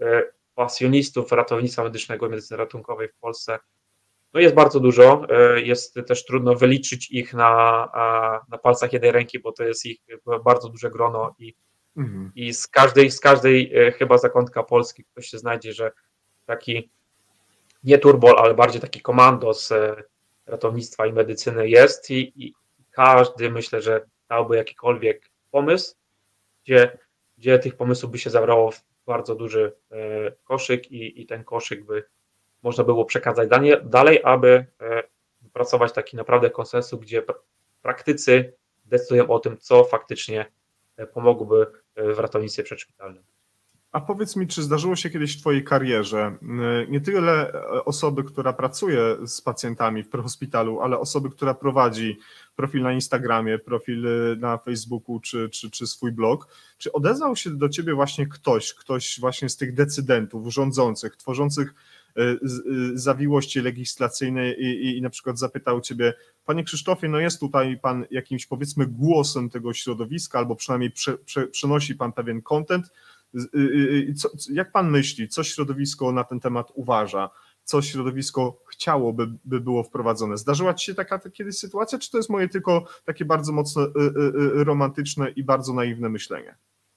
pasjonistów ratownictwa medycznego i medycyny ratunkowej w Polsce no jest bardzo dużo. Jest też trudno wyliczyć ich na, na palcach jednej ręki, bo to jest ich bardzo duże grono i, Mhm. i z każdej, z każdej chyba zakątka Polski ktoś się znajdzie, że taki nie turbol, ale bardziej taki komandos ratownictwa i medycyny jest i, i każdy myślę, że dałby jakikolwiek pomysł, gdzie, gdzie tych pomysłów by się zabrało w bardzo duży koszyk i, i ten koszyk by można było przekazać dalej, aby wypracować taki naprawdę konsensus, gdzie praktycy decydują o tym, co faktycznie pomogłoby w ratownictwie przedszpitalnym. A powiedz mi, czy zdarzyło się kiedyś w Twojej karierze nie tyle osoby, która pracuje z pacjentami w prehospitalu, ale osoby, która prowadzi profil na Instagramie, profil na Facebooku czy, czy, czy swój blog, czy odezwał się do Ciebie właśnie ktoś, ktoś właśnie z tych decydentów, rządzących, tworzących zawiłości legislacyjne i, i, i na przykład zapytał Ciebie: Panie Krzysztofie, no jest tutaj Pan jakimś powiedzmy głosem tego środowiska, albo przynajmniej prze, prze, przenosi Pan pewien content. Co, jak Pan myśli, co środowisko na ten temat uważa? Co środowisko chciałoby by było wprowadzone? Zdarzyła Ci się taka kiedyś sytuacja, czy to jest moje tylko takie bardzo mocno romantyczne i bardzo naiwne myślenie?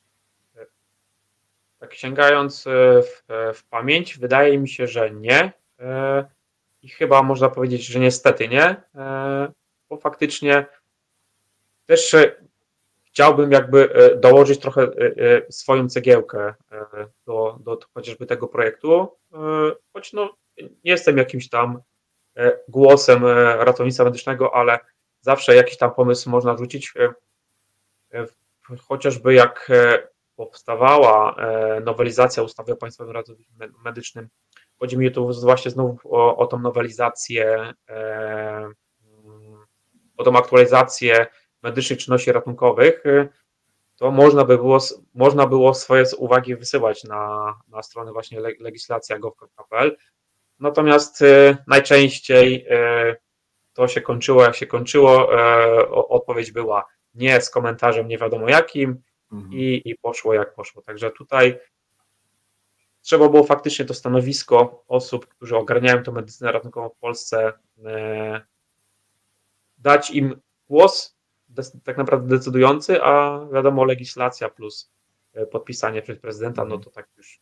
Tak sięgając w, w pamięć, wydaje mi się, że nie. I chyba można powiedzieć, że niestety nie, bo faktycznie też chciałbym jakby dołożyć trochę swoją cegiełkę do, do chociażby tego projektu, choć no, nie jestem jakimś tam głosem ratownictwa medycznego, ale zawsze jakiś tam pomysł można wrzucić, chociażby jak powstawała nowelizacja ustawy o Państwowym Ratownictwie Medycznym. Chodzi mi tu właśnie znów o, o tą nowelizację, o tą aktualizację medycznych czynności ratunkowych, to można by było, można było swoje uwagi wysyłać na, na stronę właśnie legislacja kropka gov kropka p l. Natomiast najczęściej to się kończyło, jak się kończyło, odpowiedź była nie, z komentarzem nie wiadomo jakim i, i poszło jak poszło. Także tutaj trzeba było faktycznie to stanowisko osób, którzy ogarniają tę medycynę ratunkową w Polsce, dać im głos tak naprawdę decydujący, a wiadomo, legislacja plus podpisanie przez prezydenta, no to tak już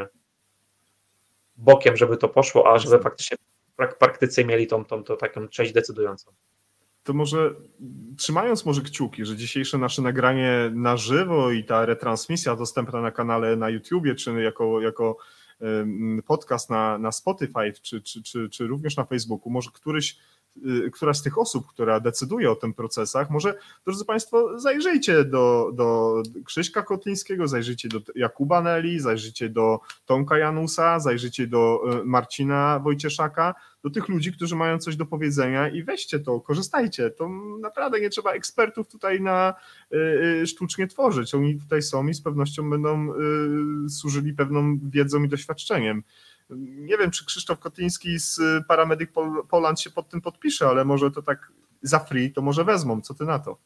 bokiem, żeby to poszło, a żeby faktycznie praktycy mieli tą, tą, tą taką część decydującą. To może trzymając może kciuki, że dzisiejsze nasze nagranie na żywo i ta retransmisja dostępna na kanale na YouTubie, czy jako, jako podcast na, na Spotify, czy, czy, czy, czy również na Facebooku, może któryś któraś z tych osób, która decyduje o tym procesach, może, drodzy Państwo, zajrzyjcie do, do Krzyśka Kotlińskiego, zajrzyjcie do Jakuba Neli, zajrzyjcie do Tomka Janusa, zajrzyjcie do Marcina Wojcieszaka, do tych ludzi, którzy mają coś do powiedzenia i weźcie to, korzystajcie. To naprawdę nie trzeba ekspertów tutaj na y, sztucznie tworzyć. Oni tutaj są i z pewnością będą y, służyli pewną wiedzą i doświadczeniem. Nie wiem, czy Krzysztof Kotliński z Paramedic Poland się pod tym podpisze, ale może to tak za free, to może wezmą. Co ty na to?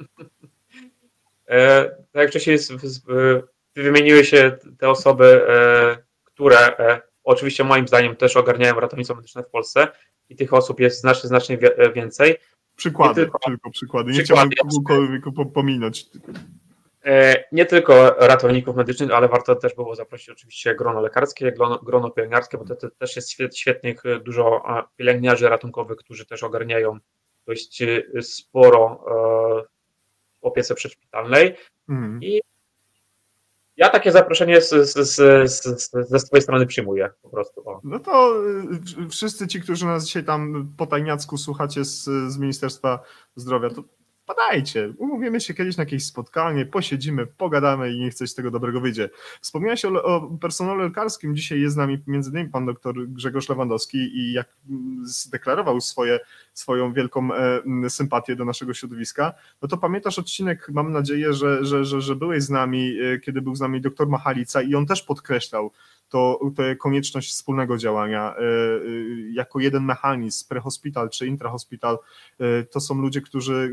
E, tak jak wcześniej wymieniły się te osoby, e, które e, oczywiście moim zdaniem też ogarniają ratownictwo medyczne w Polsce i tych osób jest znacznie, znacznie więcej. Przykłady, tylko, tylko przykłady. Nie przykłady, chciałbym kogokolwiek pominąć. Nie tylko ratowników medycznych, ale warto też było zaprosić oczywiście grono lekarskie, grono, grono pielęgniarskie, bo to, to też jest świetnych, dużo pielęgniarzy ratunkowych, którzy też ogarniają dość sporo w opiece przedszpitalnej. Mm. I ja takie zaproszenie z, z, z, z, ze swojej strony przyjmuję po prostu. O. No to wszyscy ci, którzy nas dzisiaj tam po tajniacku słuchacie z, z Ministerstwa Zdrowia, to padajcie, umówimy się kiedyś na jakieś spotkanie, posiedzimy, pogadamy i niech coś z tego dobrego wyjdzie. Wspomniałeś o, o personelu lekarskim, dzisiaj jest z nami między innymi pan doktor Grzegorz Lewandowski i jak zdeklarował swoje, swoją wielką e, sympatię do naszego środowiska, no to pamiętasz odcinek, mam nadzieję, że, że, że, że byłeś z nami, e, kiedy był z nami doktor Machalica i on też podkreślał to, to konieczność wspólnego działania jako jeden mechanizm, prehospital czy intrahospital, to są ludzie, którzy nie, nie,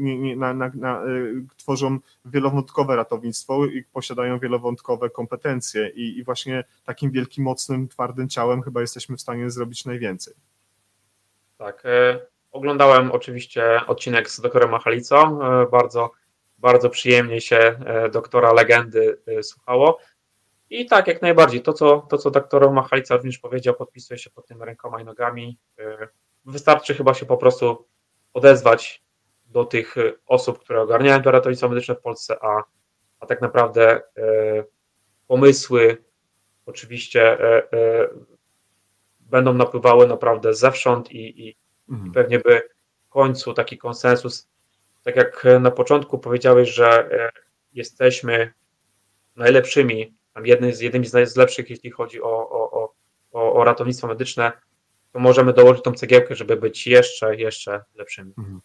na, na, na, tworzą wielowątkowe ratownictwo i posiadają wielowątkowe kompetencje i, i właśnie takim wielkim, mocnym, twardym ciałem chyba jesteśmy w stanie zrobić najwięcej. Tak, oglądałem oczywiście odcinek z doktorem Machalicą, bardzo, bardzo przyjemnie się doktora legendy słuchało. I tak, jak najbardziej. To, co, to, co doktor Machalica również powiedział, podpisuje się pod tym rękoma i nogami. Wystarczy chyba się po prostu odezwać do tych osób, które ogarniają to ratownictwo medyczne w Polsce, a, a tak naprawdę e, pomysły oczywiście e, e, będą napływały naprawdę zewsząd i, i, mhm. i pewnie by w końcu taki konsensus, tak jak na początku powiedziałeś, że e, jesteśmy najlepszymi, jednym z, jednymi z lepszych, jeśli chodzi o, o, o, o ratownictwo medyczne, to możemy dołożyć tą cegiełkę, żeby być jeszcze, jeszcze lepszymi. Mhm.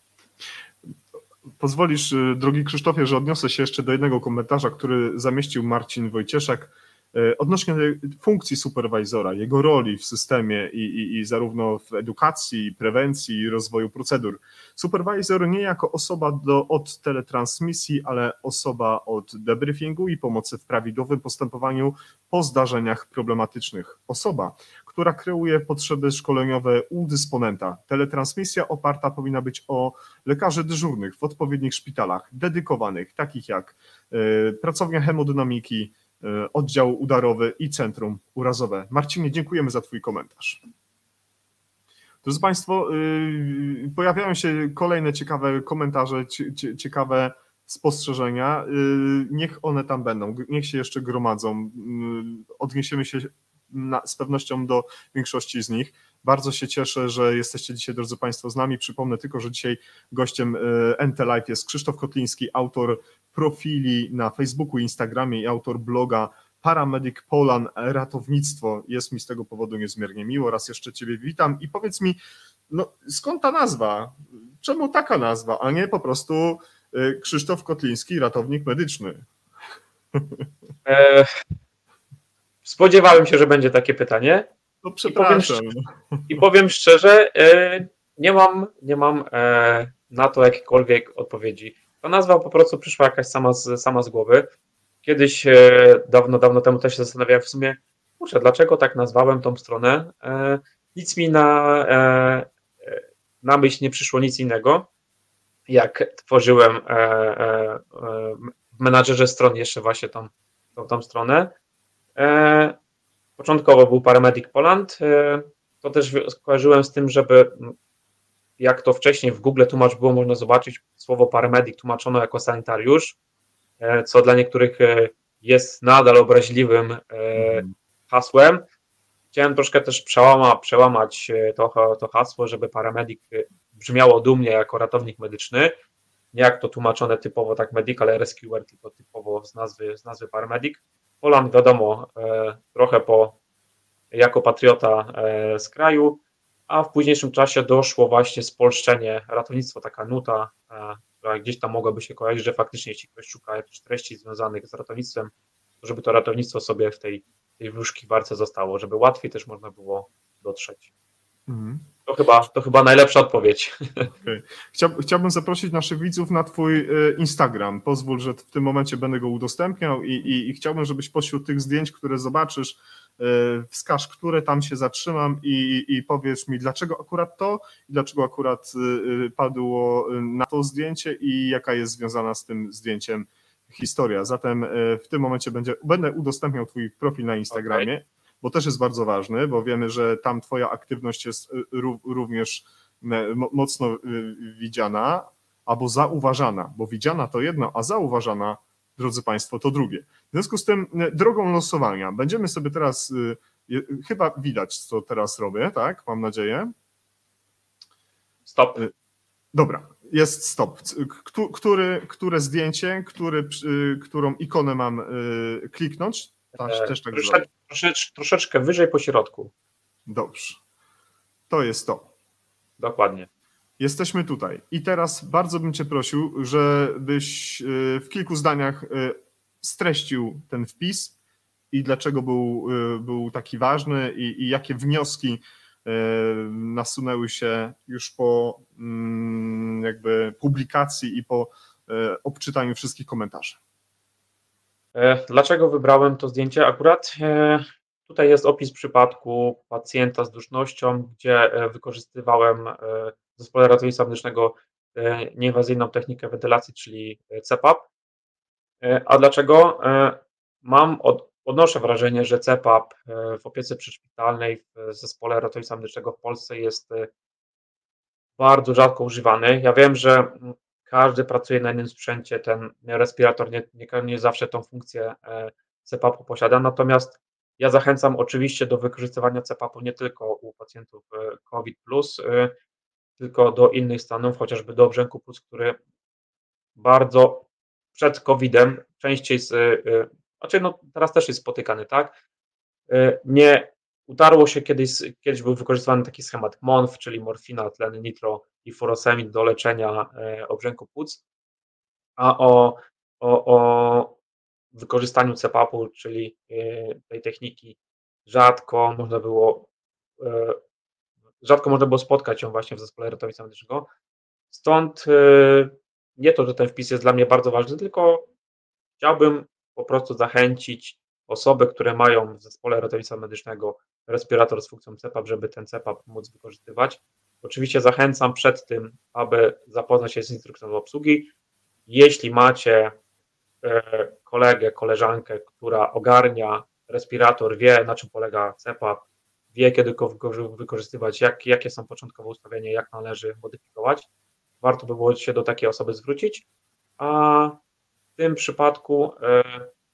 Pozwolisz, drogi Krzysztofie, że odniosę się jeszcze do jednego komentarza, który zamieścił Marcin Wojcieszek odnośnie funkcji superwajzora, jego roli w systemie i, i, i zarówno w edukacji, prewencji i rozwoju procedur. Superwajzor nie jako osoba do, od teletransmisji, ale osoba od debriefingu i pomocy w prawidłowym postępowaniu po zdarzeniach problematycznych. Osoba, która kreuje potrzeby szkoleniowe u dysponenta. Teletransmisja oparta powinna być o lekarzy dyżurnych w odpowiednich szpitalach, dedykowanych, takich jak y, pracownia hemodynamiki, oddział udarowy i centrum urazowe. Marcinie, dziękujemy za Twój komentarz. Drodzy Państwo, pojawiają się kolejne ciekawe komentarze, ciekawe spostrzeżenia. Niech one tam będą, niech się jeszcze gromadzą. Odniesiemy się na, z pewnością do większości z nich. Bardzo się cieszę, że jesteście dzisiaj, drodzy Państwo, z nami. Przypomnę tylko, że dzisiaj gościem N T Live jest Krzysztof Kotliński, autor profili na Facebooku i Instagramie i autor bloga Paramedic Poland Ratownictwo. Jest mi z tego powodu niezmiernie miło. Raz jeszcze Ciebie witam i powiedz mi, no skąd ta nazwa? Czemu taka nazwa, a nie po prostu Krzysztof Kotliński, ratownik medyczny? E, spodziewałem się, że będzie takie pytanie. No przepraszam. I powiem, i powiem szczerze, e, nie mam, nie mam e, na to jakiejkolwiek odpowiedzi. Ta nazwa po prostu przyszła jakaś sama z, sama z głowy. Kiedyś, e, dawno, dawno temu też się zastanawiałem w sumie, kurczę, dlaczego tak nazwałem tą stronę. E, nic mi na, e, na myśl nie przyszło nic innego, jak tworzyłem e, e, w menadżerze stron jeszcze właśnie tą, tą, tą stronę. E, początkowo był Paramedic Poland. E, to też skojarzyłem z tym, żeby jak to wcześniej w Google tłumacz było można zobaczyć, słowo paramedic tłumaczono jako sanitariusz, co dla niektórych jest nadal obraźliwym hasłem. Chciałem troszkę też przełama, przełamać to, to hasło, żeby paramedic brzmiało dumnie jako ratownik medyczny, nie jak to tłumaczone typowo tak medical rescuer, tylko typowo z nazwy, z nazwy paramedic. Poland wiadomo, trochę po, jako patriota z kraju, a w późniejszym czasie doszło właśnie spolszczenie ratownictwo, taka nuta, która gdzieś tam mogłaby się kojarzyć, że faktycznie jeśli ktoś szuka jakichś treści związanych z ratownictwem, to żeby to ratownictwo sobie w tej, tej wyszukiwarce zostało, żeby łatwiej też można było dotrzeć. Mhm. To chyba, to chyba najlepsza odpowiedź. Okay. Chciałbym, chciałbym zaprosić naszych widzów na Twój Instagram. Pozwól, że w tym momencie będę go udostępniał i, i, i chciałbym, żebyś pośród tych zdjęć, które zobaczysz, wskaż, które tam się zatrzymam i, i powiesz mi, dlaczego akurat to i dlaczego akurat padło na to zdjęcie i jaka jest związana z tym zdjęciem historia. Zatem w tym momencie będzie, będę udostępniał Twój profil na Instagramie, okay, bo też jest bardzo ważny, bo wiemy, że tam Twoja aktywność jest również mocno widziana albo zauważana, bo widziana to jedno, a zauważana, drodzy Państwo, to drugie. W związku z tym drogą losowania będziemy sobie teraz, chyba widać, co teraz robię, tak? Mam nadzieję. Stop. Dobra, jest stop. Który, które zdjęcie, który, którą ikonę mam kliknąć? Też, też tak Trosze, troszecz, troszeczkę wyżej po środku. Dobrze. To jest to. Dokładnie. Jesteśmy tutaj. I teraz bardzo bym Cię prosił, żebyś w kilku zdaniach streścił ten wpis i dlaczego był, był taki ważny i, i jakie wnioski nasunęły się już po jakby publikacji i po obczytaniu wszystkich komentarzy. Dlaczego wybrałem to zdjęcie akurat? Tutaj jest opis przypadku pacjenta z dusznością, gdzie wykorzystywałem w zespole ratownictwa medycznego nieinwazyjną technikę wentylacji, czyli C PAP. A dlaczego? Mam, od, odnoszę wrażenie, że C PAP w opiece przyszpitalnej w zespole ratownictwa medycznego w Polsce jest bardzo rzadko używany. Ja wiem, że każdy pracuje na innym sprzęcie, ten respirator nie, nie, nie zawsze tą funkcję C PAP-u posiada, natomiast ja zachęcam oczywiście do wykorzystywania C PAP-u nie tylko u pacjentów COVID plus, tylko do innych stanów, chociażby do brzęku płuc, który bardzo przed kowidem częściej, z, znaczy no teraz też jest spotykany, tak? Nie utarło się kiedyś, kiedyś był wykorzystywany taki schemat M O N F, czyli morfina, tlen nitro i furosemid do leczenia obrzęku płuc, a o, o, o wykorzystaniu C PAP-u, czyli tej techniki rzadko można było rzadko można było spotkać ją właśnie w zespole ratownictwa medycznego. Stąd nie to, że ten wpis jest dla mnie bardzo ważny, tylko chciałbym po prostu zachęcić osoby, które mają w zespole ratownictwa medycznego respirator z funkcją C PAP, żeby ten C PAP móc wykorzystywać. Oczywiście zachęcam przed tym, aby zapoznać się z instrukcją obsługi. Jeśli macie kolegę, koleżankę, która ogarnia respirator, wie, na czym polega C PAP, wie, kiedy go wykorzystywać, jak, jakie są początkowe ustawienia, jak należy modyfikować, warto by było się do takiej osoby zwrócić, a w tym przypadku e,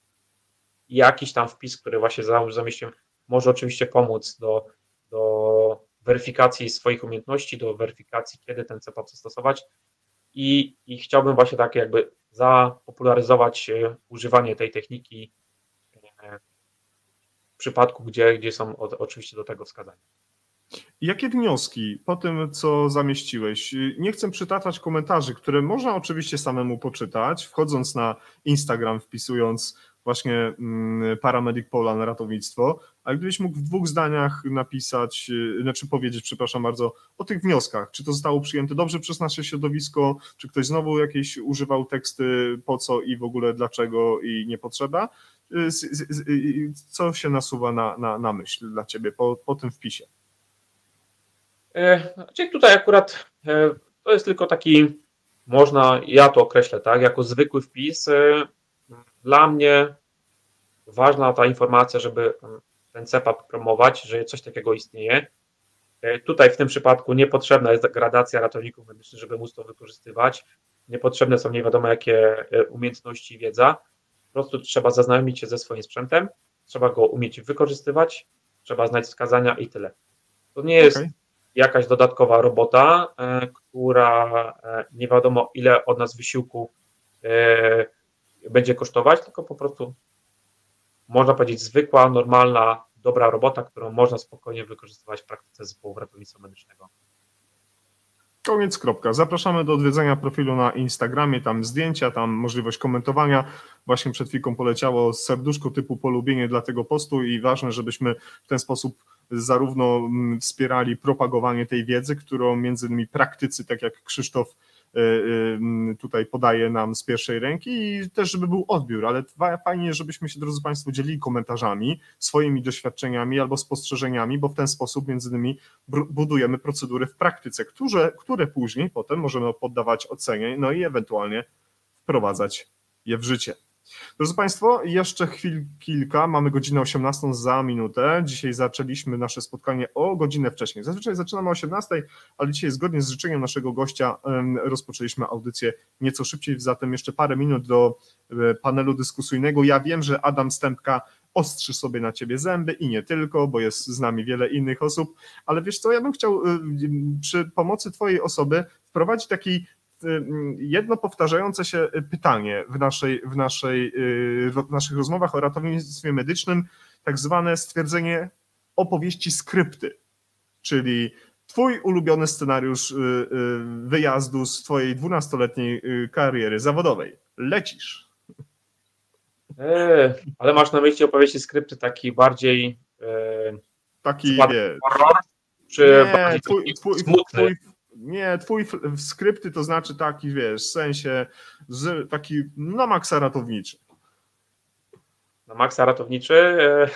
jakiś tam wpis, który właśnie zamieściłem, może oczywiście pomóc do, do weryfikacji swoich umiejętności, do weryfikacji, kiedy ten C PAP zastosować i, i chciałbym właśnie tak jakby zapopularyzować używanie tej techniki w przypadku, gdzie, gdzie są od, oczywiście do tego wskazania. Jakie wnioski po tym, co zamieściłeś? Nie chcę przytaczać komentarzy, które można oczywiście samemu poczytać, wchodząc na Instagram, wpisując właśnie Paramedic Poland ratownictwo, ale gdybyś mógł w dwóch zdaniach napisać, znaczy powiedzieć, przepraszam bardzo, o tych wnioskach. Czy to zostało przyjęte dobrze przez nasze środowisko, czy ktoś znowu jakieś używał teksty, po co i w ogóle dlaczego i nie potrzeba? Co się nasuwa na, na, na myśl dla ciebie po, po tym wpisie? Czyli tutaj akurat to jest tylko taki, można, ja to określę, tak, jako zwykły wpis. Dla mnie ważna ta informacja, żeby ten C PAP promować, że coś takiego istnieje. Tutaj w tym przypadku niepotrzebna jest gradacja ratowników medycznych, żeby móc to wykorzystywać. Niepotrzebne są nie wiadomo jakie umiejętności i wiedza. Po prostu trzeba zaznajomić się ze swoim sprzętem, trzeba go umieć wykorzystywać, trzeba znać wskazania i tyle. To nie jest okay. jakaś dodatkowa robota, która nie wiadomo ile od nas wysiłku będzie kosztować, tylko po prostu można powiedzieć zwykła, normalna, dobra robota, którą można spokojnie wykorzystywać w praktyce zespołu ratownictwa medycznego. Koniec, kropka. Zapraszamy do odwiedzenia profilu na Instagramie, tam zdjęcia, tam możliwość komentowania. Właśnie przed chwilką poleciało serduszko typu polubienie dla tego postu i ważne, żebyśmy w ten sposób zarówno wspierali propagowanie tej wiedzy, którą między innymi praktycy, tak jak Krzysztof tutaj podaje nam z pierwszej ręki i też, żeby był odbiór, ale fajnie, żebyśmy się, drodzy Państwo, dzielili komentarzami, swoimi doświadczeniami albo spostrzeżeniami, bo w ten sposób między innymi budujemy procedury w praktyce, które, które później potem możemy poddawać ocenie, no i ewentualnie wprowadzać je w życie. Drodzy Państwo, jeszcze chwil kilka, mamy godzinę osiemnastą za minutę. Dzisiaj zaczęliśmy nasze spotkanie o godzinę wcześniej. Zazwyczaj zaczynamy o osiemnastej, ale dzisiaj zgodnie z życzeniem naszego gościa rozpoczęliśmy audycję nieco szybciej, zatem jeszcze parę minut do panelu dyskusyjnego. Ja wiem, że Adam Stępka ostrzy sobie na ciebie zęby i nie tylko, bo jest z nami wiele innych osób, ale wiesz co, ja bym chciał przy pomocy twojej osoby wprowadzić taki jedno powtarzające się pytanie w, naszej, w, naszej, w naszych rozmowach o ratownictwie medycznym, tak zwane stwierdzenie opowieści skrypty, czyli twój ulubiony scenariusz wyjazdu z twojej dwunastoletniej kariery zawodowej. Lecisz. Eee, ale masz na myśli opowieści skrypty taki bardziej e, taki, wiesz, horror, czy nie, bardziej twój, twój, smutny? twój, Nie, twój f- skrypty to znaczy taki, wiesz, w sensie, że taki na maksa ratowniczy. Na maksa ratowniczy. e,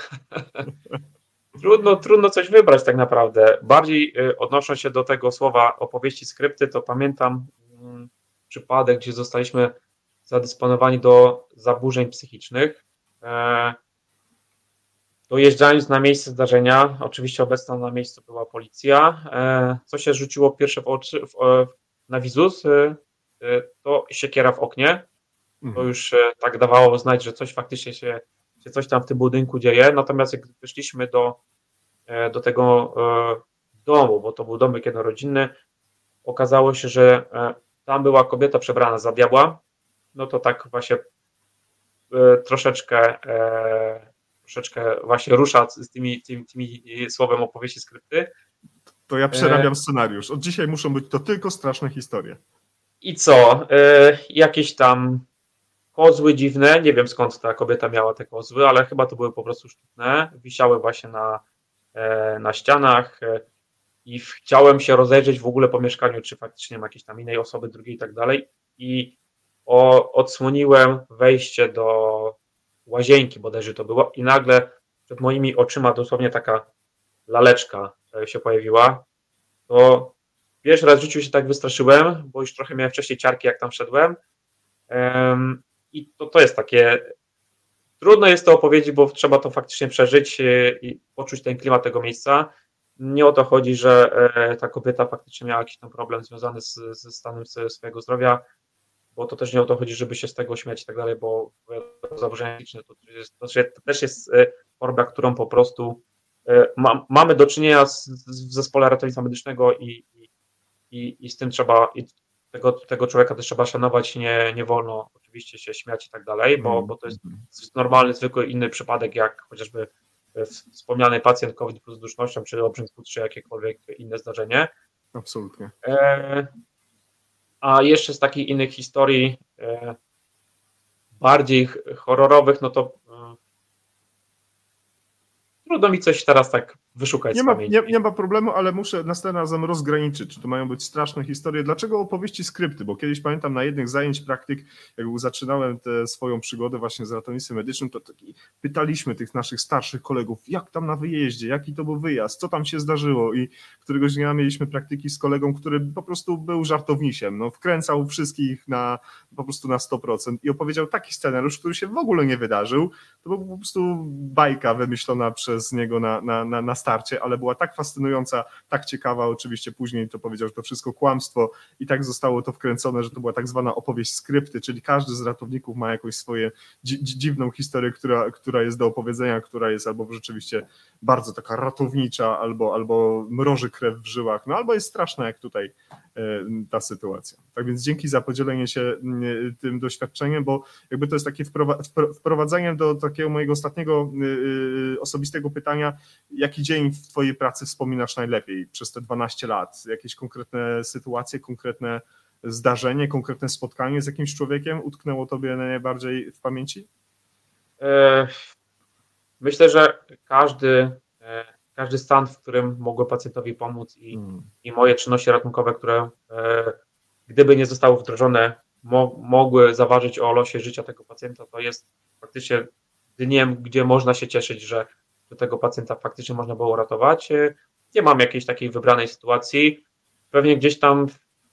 Trudno, trudno coś wybrać tak naprawdę. Bardziej e, odnosząc się do tego słowa opowieści, skrypty, to pamiętam mm, przypadek, gdzie zostaliśmy zadysponowani do zaburzeń psychicznych. E, Dojeżdżając na miejsce zdarzenia, oczywiście obecna na miejscu była policja. E, Co się rzuciło pierwsze w oczy, w, e, na wizus, e, e, to siekiera w oknie. To Mhm. już e, tak dawało znać, że coś faktycznie się, się coś tam w tym budynku dzieje. Natomiast jak wyszliśmy do, e, do tego e, domu, bo to był domek jednorodzinny, okazało się, że e, tam była kobieta przebrana za diabła. No to tak właśnie e, troszeczkę, e, troszeczkę właśnie rusza z tymi, tymi, tymi słowem opowieści, skrypty. To ja E, przerabiam scenariusz. Od dzisiaj muszą być to tylko straszne historie. I co? E, Jakieś tam kozły dziwne, nie wiem skąd ta kobieta miała te kozły, ale chyba to były po prostu sztuczne. Wisiały właśnie na, e, na ścianach e, i chciałem się rozejrzeć w ogóle po mieszkaniu, czy faktycznie ma jakieś tam innej osoby, drugiej i tak dalej. I o, odsłoniłem wejście do łazienki, bodajże to było, i nagle przed moimi oczyma dosłownie taka laleczka e, się pojawiła. To pierwszy raz w życiu się tak wystraszyłem, bo już trochę miałem wcześniej ciarki, jak tam wszedłem. Em, I to, to jest takie. Trudno jest to opowiedzieć, bo trzeba to faktycznie przeżyć e, i poczuć ten klimat tego miejsca. Nie o to chodzi, że e, ta kobieta faktycznie miała jakiś tam problem związany z, ze stanem s- swojego zdrowia, bo to też nie o to chodzi, żeby się z tego śmiać i tak dalej, bo e, zaburzenia psychiczne to, jest, to, się- to też jest e, choroba, którą po prostu e, ma, mamy do czynienia z, z, w zespole ratownictwa medycznego i, i, i, i z tym trzeba, i tego, tego człowieka też trzeba szanować, nie, nie wolno oczywiście się śmiać i tak dalej, bo, Mm, bo to jest mhm. normalny, zwykły inny przypadek, jak chociażby e, wspomniany pacjent COVID plus z dusznością, czy obrzęk płuc, czy jakiekolwiek inne zdarzenie. Absolutnie. E, A jeszcze z takich innych historii, e, bardziej ch- horrorowych, no to e, trudno mi coś teraz tak wyszukać Nie z ma, nie, pamięci. nie ma problemu, ale muszę następnym razem rozgraniczyć, czy to mają być straszne historie. Dlaczego opowieści, skrypty? Bo kiedyś pamiętam na jednych zajęć praktyk, jak zaczynałem tę swoją przygodę właśnie z ratownictwem medycznym, to taki, pytaliśmy tych naszych starszych kolegów, jak tam na wyjeździe, jaki to był wyjazd, co tam się zdarzyło, i któregoś dnia mieliśmy praktyki z kolegą, który po prostu był żartownisiem, no, wkręcał wszystkich na po prostu na sto procent i opowiedział taki scenariusz, który się w ogóle nie wydarzył. To była po prostu bajka wymyślona przez niego na, na, na, na starcie, ale była tak fascynująca, tak ciekawa. Oczywiście później to powiedział, że to wszystko kłamstwo, i tak zostało to wkręcone, że to była tak zwana opowieść skrypty, czyli każdy z ratowników ma jakąś swoją dzi- dzi- dziwną historię, która, która jest do opowiedzenia, która jest albo rzeczywiście bardzo taka ratownicza, albo, albo mroży krew w żyłach, no albo jest straszna, jak tutaj e, ta sytuacja. Tak więc dzięki za podzielenie się e, tym doświadczeniem, bo jakby to jest takie wprowa- wpro- wprowadzenie do takiego mojego ostatniego e, e, osobistego pytania: jaki dzień w twojej pracy wspominasz najlepiej przez te dwanaście lat? Jakieś konkretne sytuacje, konkretne zdarzenie, konkretne spotkanie z jakimś człowiekiem utknęło tobie najbardziej w pamięci? E, Myślę, że każdy, e, każdy stan, w którym mogłem pacjentowi pomóc, i, Hmm. i moje czynności ratunkowe, które e, gdyby nie zostały wdrożone, mo, mogły zaważyć o losie życia tego pacjenta, to jest faktycznie dniem, gdzie można się cieszyć, że, że tego pacjenta faktycznie można było uratować. E, Nie mam jakiejś takiej wybranej sytuacji. Pewnie gdzieś tam,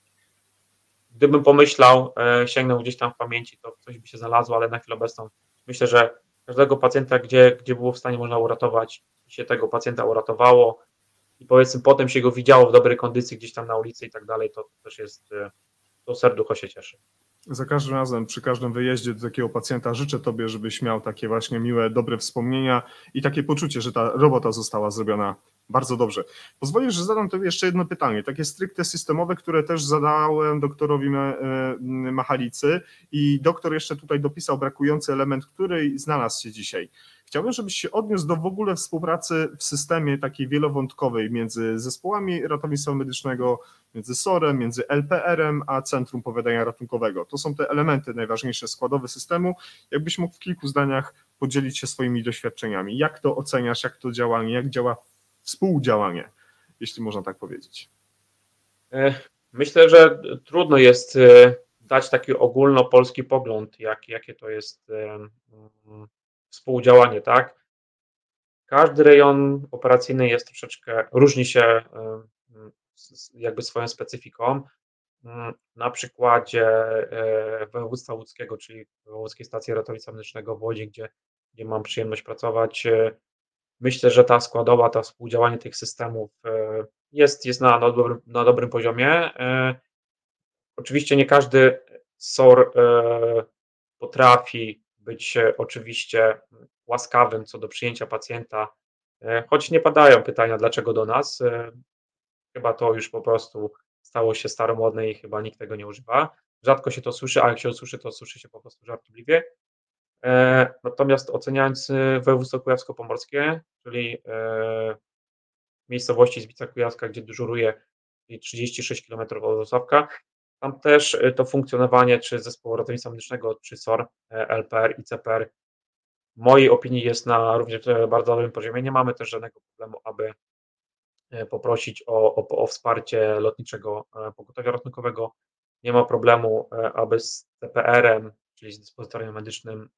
gdybym pomyślał, e, sięgnął gdzieś tam w pamięci, to coś by się znalazło, ale na chwilę obecną myślę, że każdego pacjenta, gdzie, gdzie było w stanie można uratować, i się tego pacjenta uratowało, i powiedzmy potem się go widziało w dobrej kondycji gdzieś tam na ulicy i tak dalej, to też jest, e, to serducho się cieszy. Za każdym razem, przy każdym wyjeździe do takiego pacjenta życzę tobie, żebyś miał takie właśnie miłe, dobre wspomnienia i takie poczucie, że ta robota została zrobiona bardzo dobrze. Pozwolisz, że zadam tobie jeszcze jedno pytanie, takie stricte systemowe, które też zadałem doktorowi Machalicy, i doktor jeszcze tutaj dopisał brakujący element, który znalazł się dzisiaj. Chciałbym, żebyś się odniósł do w ogóle współpracy w systemie takiej wielowątkowej między zespołami ratownictwa medycznego, między sorem, między L P R-em a Centrum Powiadania Ratunkowego. To są te elementy najważniejsze, składowe systemu. Jakbyś mógł w kilku zdaniach podzielić się swoimi doświadczeniami. Jak to oceniasz, jak to działanie, jak działa współdziałanie, jeśli można tak powiedzieć? Myślę, że trudno jest e, dać taki ogólnopolski pogląd, jak, jakie to jest e, mm, współdziałanie, tak? Każdy rejon operacyjny jest troszeczkę, różni się e, mm, s- s- jakby swoją specyfiką. Mm, Na przykładzie e, województwa łódzkiego, czyli Wojewódzkiej Stacji Ratownictwa Medycznego w Łodzi, gdzie, gdzie mam przyjemność pracować, e, myślę, że ta składowa, to współdziałanie tych systemów e, jest, jest na, na, dobrym, na dobrym poziomie. E, Oczywiście nie każdy S O R e, potrafi być e, oczywiście łaskawym co do przyjęcia pacjenta, e, choć nie padają pytania, dlaczego do nas. E, Chyba to już po prostu stało się staromodne i chyba nikt tego nie używa. Rzadko się to słyszy, a jak się usłyszy, to słyszy się po prostu żartobliwie. E, Natomiast oceniając e, województwo kujawsko-pomorskie, czyli e, miejscowości Zbica Kujawska, gdzie dyżuruję, czyli trzydzieści sześć kilometrów od Wrocławka. Tam też y, to funkcjonowanie czy zespołu ratownictwa medycznego, czy S O R, e, L P R i C P R w mojej opinii jest na również e, bardzo dobrym poziomie. Nie mamy też żadnego problemu, aby e, poprosić o, o, o wsparcie lotniczego e, pogotowia ratunkowego. Nie ma problemu, e, aby z C P R-em, czyli z dyspozytorem medycznym,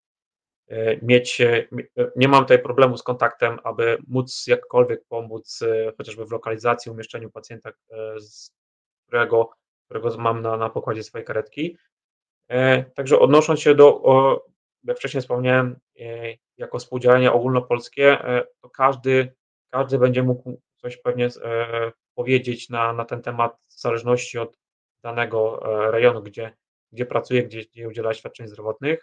e, mieć, e, mi- e, nie mam tutaj problemu z kontaktem, aby móc jakkolwiek pomóc, e, chociażby w lokalizacji, umieszczeniu pacjenta, e, z którego, którego mam na, na pokładzie swojej karetki. E, Także odnosząc się do, o, jak wcześniej wspomniałem, e, jako współdziałanie ogólnopolskie, e, to każdy, każdy będzie mógł coś pewnie e, powiedzieć na, na ten temat w zależności od danego e, rejonu, gdzie, gdzie pracuje, gdzie, gdzie udziela świadczeń zdrowotnych.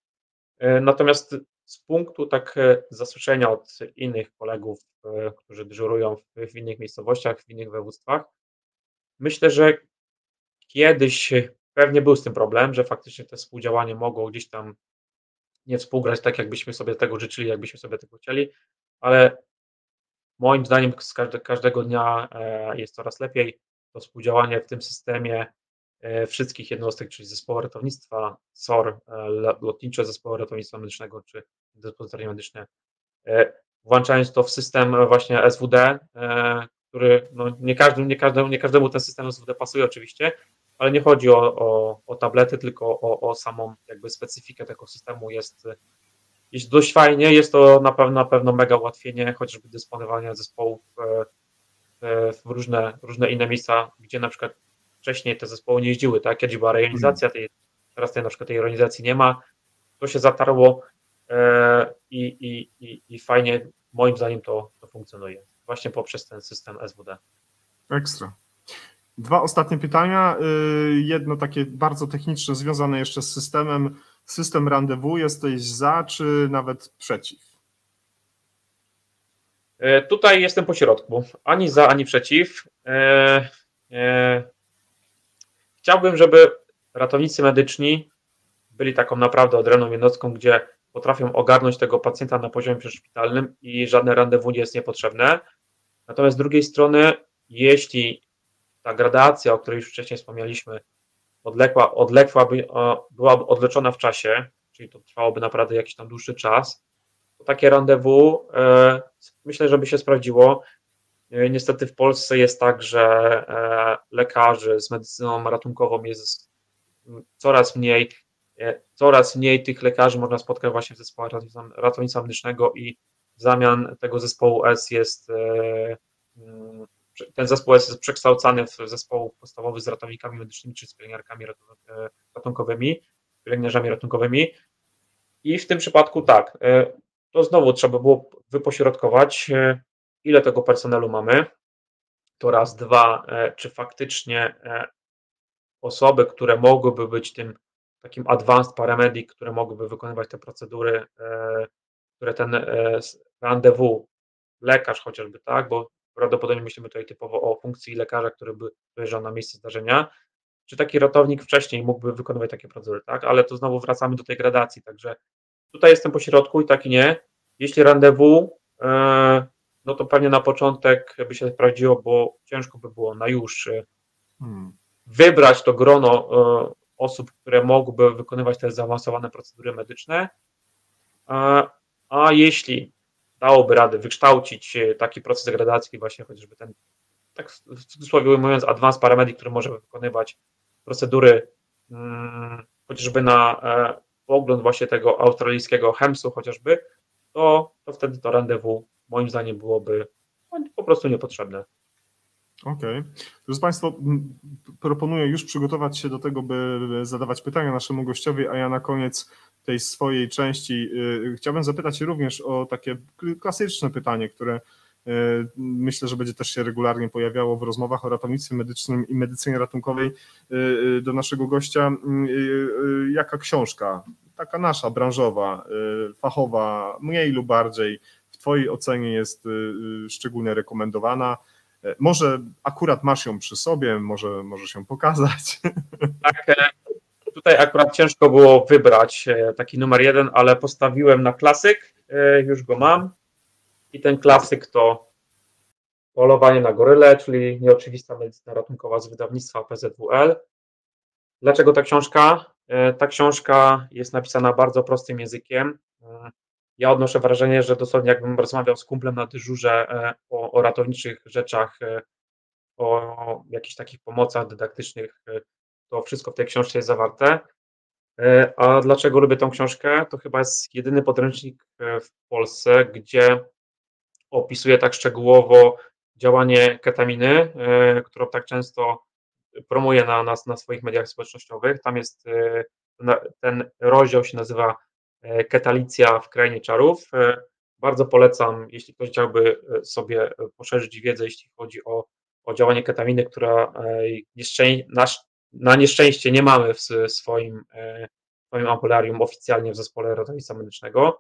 E, Natomiast z punktu tak e, zasłyszenia od innych kolegów, e, którzy dyżurują w, w innych miejscowościach, w innych województwach, myślę, że kiedyś pewnie był z tym problem, że faktycznie te współdziałanie mogło gdzieś tam nie współgrać tak, jakbyśmy sobie tego życzyli, jakbyśmy sobie tego chcieli, ale moim zdaniem z każde, każdego dnia e, jest coraz lepiej. To współdziałanie w tym systemie e, wszystkich jednostek, czyli zespołu ratownictwa, S O R, e, lo- lotnicze zespoły ratownictwa medycznego czy dyspozytorie medyczne, e, włączając to w system właśnie S W D, e, który no nie, każdy, nie, każdemu, nie każdemu ten system S W D pasuje oczywiście, ale nie chodzi o, o, o tablety, tylko o, o samą jakby specyfikę tego systemu. Jest, jest dość fajnie, jest to na pewno, na pewno mega ułatwienie chociażby dysponowania zespołów e, e, w różne, różne inne miejsca, gdzie na przykład wcześniej te zespoły nie jeździły, tak? Kiedyś była Mm. rejonizacja, tej, teraz tej, na przykład tej rejonizacji nie ma, to się zatarło e, i, i, i, i fajnie moim zdaniem to, to funkcjonuje właśnie poprzez ten system S W D. Ekstra. Dwa ostatnie pytania. Y, Jedno takie bardzo techniczne, związane jeszcze z systemem. System rendezvous, jesteś za, czy nawet przeciw? E, Tutaj jestem po środku, ani za, ani przeciw. E, e, Chciałbym, żeby ratownicy medyczni byli taką naprawdę odrębną jednostką, gdzie potrafią ogarnąć tego pacjenta na poziomie przedszpitalnym i żadne rendezvous nie jest niepotrzebne. Natomiast z drugiej strony, jeśli ta gradacja, o której już wcześniej wspomnieliśmy, odległa, odległaby, byłaby odleczona w czasie, czyli to trwałoby naprawdę jakiś tam dłuższy czas, to takie rendezvous e, myślę, że by się sprawdziło. E, Niestety w Polsce jest tak, że e, lekarzy z medycyną ratunkową jest coraz mniej. E, Coraz mniej tych lekarzy można spotkać właśnie w zespołach ratownictwa ratownictwa medycznego i w zamian tego zespołu S jest e, mm, ten zespół jest przekształcany w zespoł podstawowy z ratownikami medycznymi czy z pielęgniarkami ratu- e, ratunkowymi, pielęgniarzami ratunkowymi. I w tym przypadku tak, e, to znowu trzeba było wypośrodkować, e, ile tego personelu mamy. To raz, dwa, e, czy faktycznie e, osoby, które mogłyby być tym takim advanced paramedic, które mogłyby wykonywać te procedury, e, które ten e, rendezvous, lekarz chociażby, tak, bo prawdopodobnie myślimy tutaj typowo o funkcji lekarza, który by dojeżdżał na miejsce zdarzenia, czy taki ratownik wcześniej mógłby wykonywać takie procedury, tak, ale to znowu wracamy do tej gradacji, także tutaj jestem po środku i tak i nie. Jeśli rendezvous, e, no to pewnie na początek by się sprawdziło, bo ciężko by było na już e, Hmm. wybrać to grono e, osób, które mogłyby wykonywać te zaawansowane procedury medyczne, a, a jeśli dałoby radę wykształcić e, taki proces gradacji, właśnie chociażby ten tak w cudzysłowie mówiąc, advanced paramedic, który może wykonywać procedury hmm, chociażby na e, pogląd właśnie tego australijskiego hemsu chociażby, to, to wtedy to rendezvous moim zdaniem byłoby po prostu niepotrzebne. Okej. Okay. Drodzy Państwo, proponuję już przygotować się do tego, by zadawać pytania naszemu gościowi, a ja na koniec tej swojej części yy, chciałbym zapytać również o takie klasyczne pytanie, które yy, myślę, że będzie też się regularnie pojawiało w rozmowach o ratownictwie medycznym i medycynie ratunkowej yy, do naszego gościa. Yy, jaka książka, taka nasza, branżowa, yy, fachowa, mniej lub bardziej w Twojej ocenie jest yy, szczególnie rekomendowana? Może akurat masz ją przy sobie, może możesz ją pokazać. Tak, tutaj akurat ciężko było wybrać taki numer jeden, ale postawiłem na klasyk, już go mam i ten klasyk to Polowanie na goryle, czyli Nieoczywista medycyna ratunkowa z wydawnictwa P Z W L. Dlaczego ta książka? Ta książka jest napisana bardzo prostym językiem. Ja odnoszę wrażenie, że dosłownie jakbym rozmawiał z kumplem na dyżurze o, o ratowniczych rzeczach, o jakichś takich pomocach dydaktycznych, to wszystko w tej książce jest zawarte. A dlaczego lubię tą książkę? To chyba jest jedyny podręcznik w Polsce, gdzie opisuje tak szczegółowo działanie ketaminy, którą tak często promuje na nas na swoich mediach społecznościowych. Tam jest ten rozdział się nazywa Ketalicja w krainie czarów. Bardzo polecam, jeśli ktoś chciałby sobie poszerzyć wiedzę, jeśli chodzi o, o działanie ketaminy, która na nieszczęście nie mamy w swoim, w swoim ambularium oficjalnie w zespole ratownictwa medycznego.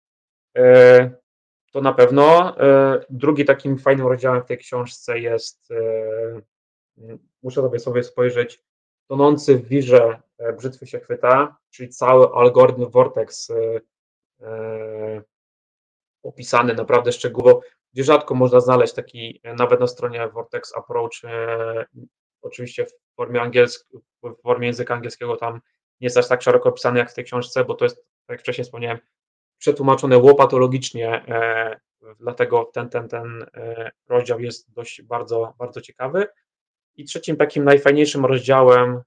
To na pewno. Drugi takim fajnym rozdziałem w tej książce jest, muszę sobie sobie spojrzeć, tonący w wirze brzytwy się chwyta, czyli cały algorytm Vortex opisany naprawdę szczegółowo, gdzie rzadko można znaleźć taki, nawet na stronie Vortex Approach, oczywiście w formie angielskiej, w formie języka angielskiego tam nie jest aż tak szeroko opisany jak w tej książce, bo to jest, tak jak wcześniej wspomniałem, przetłumaczone łopatologicznie, dlatego ten, ten, ten rozdział jest dość bardzo, bardzo ciekawy. I trzecim takim najfajniejszym rozdziałem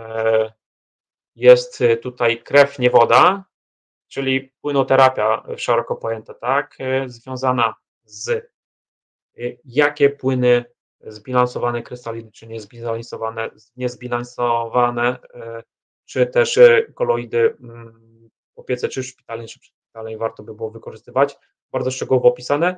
jest tutaj krew, nie woda, czyli płynoterapia szeroko pojęta, tak, związana z jakie płyny zbilansowane krystaliny, czy niezbilansowane, niezbilansowane, czy też koloidy w opiece czy szpitalnej, czy przedszpitalnej warto by było wykorzystywać. Bardzo szczegółowo opisane.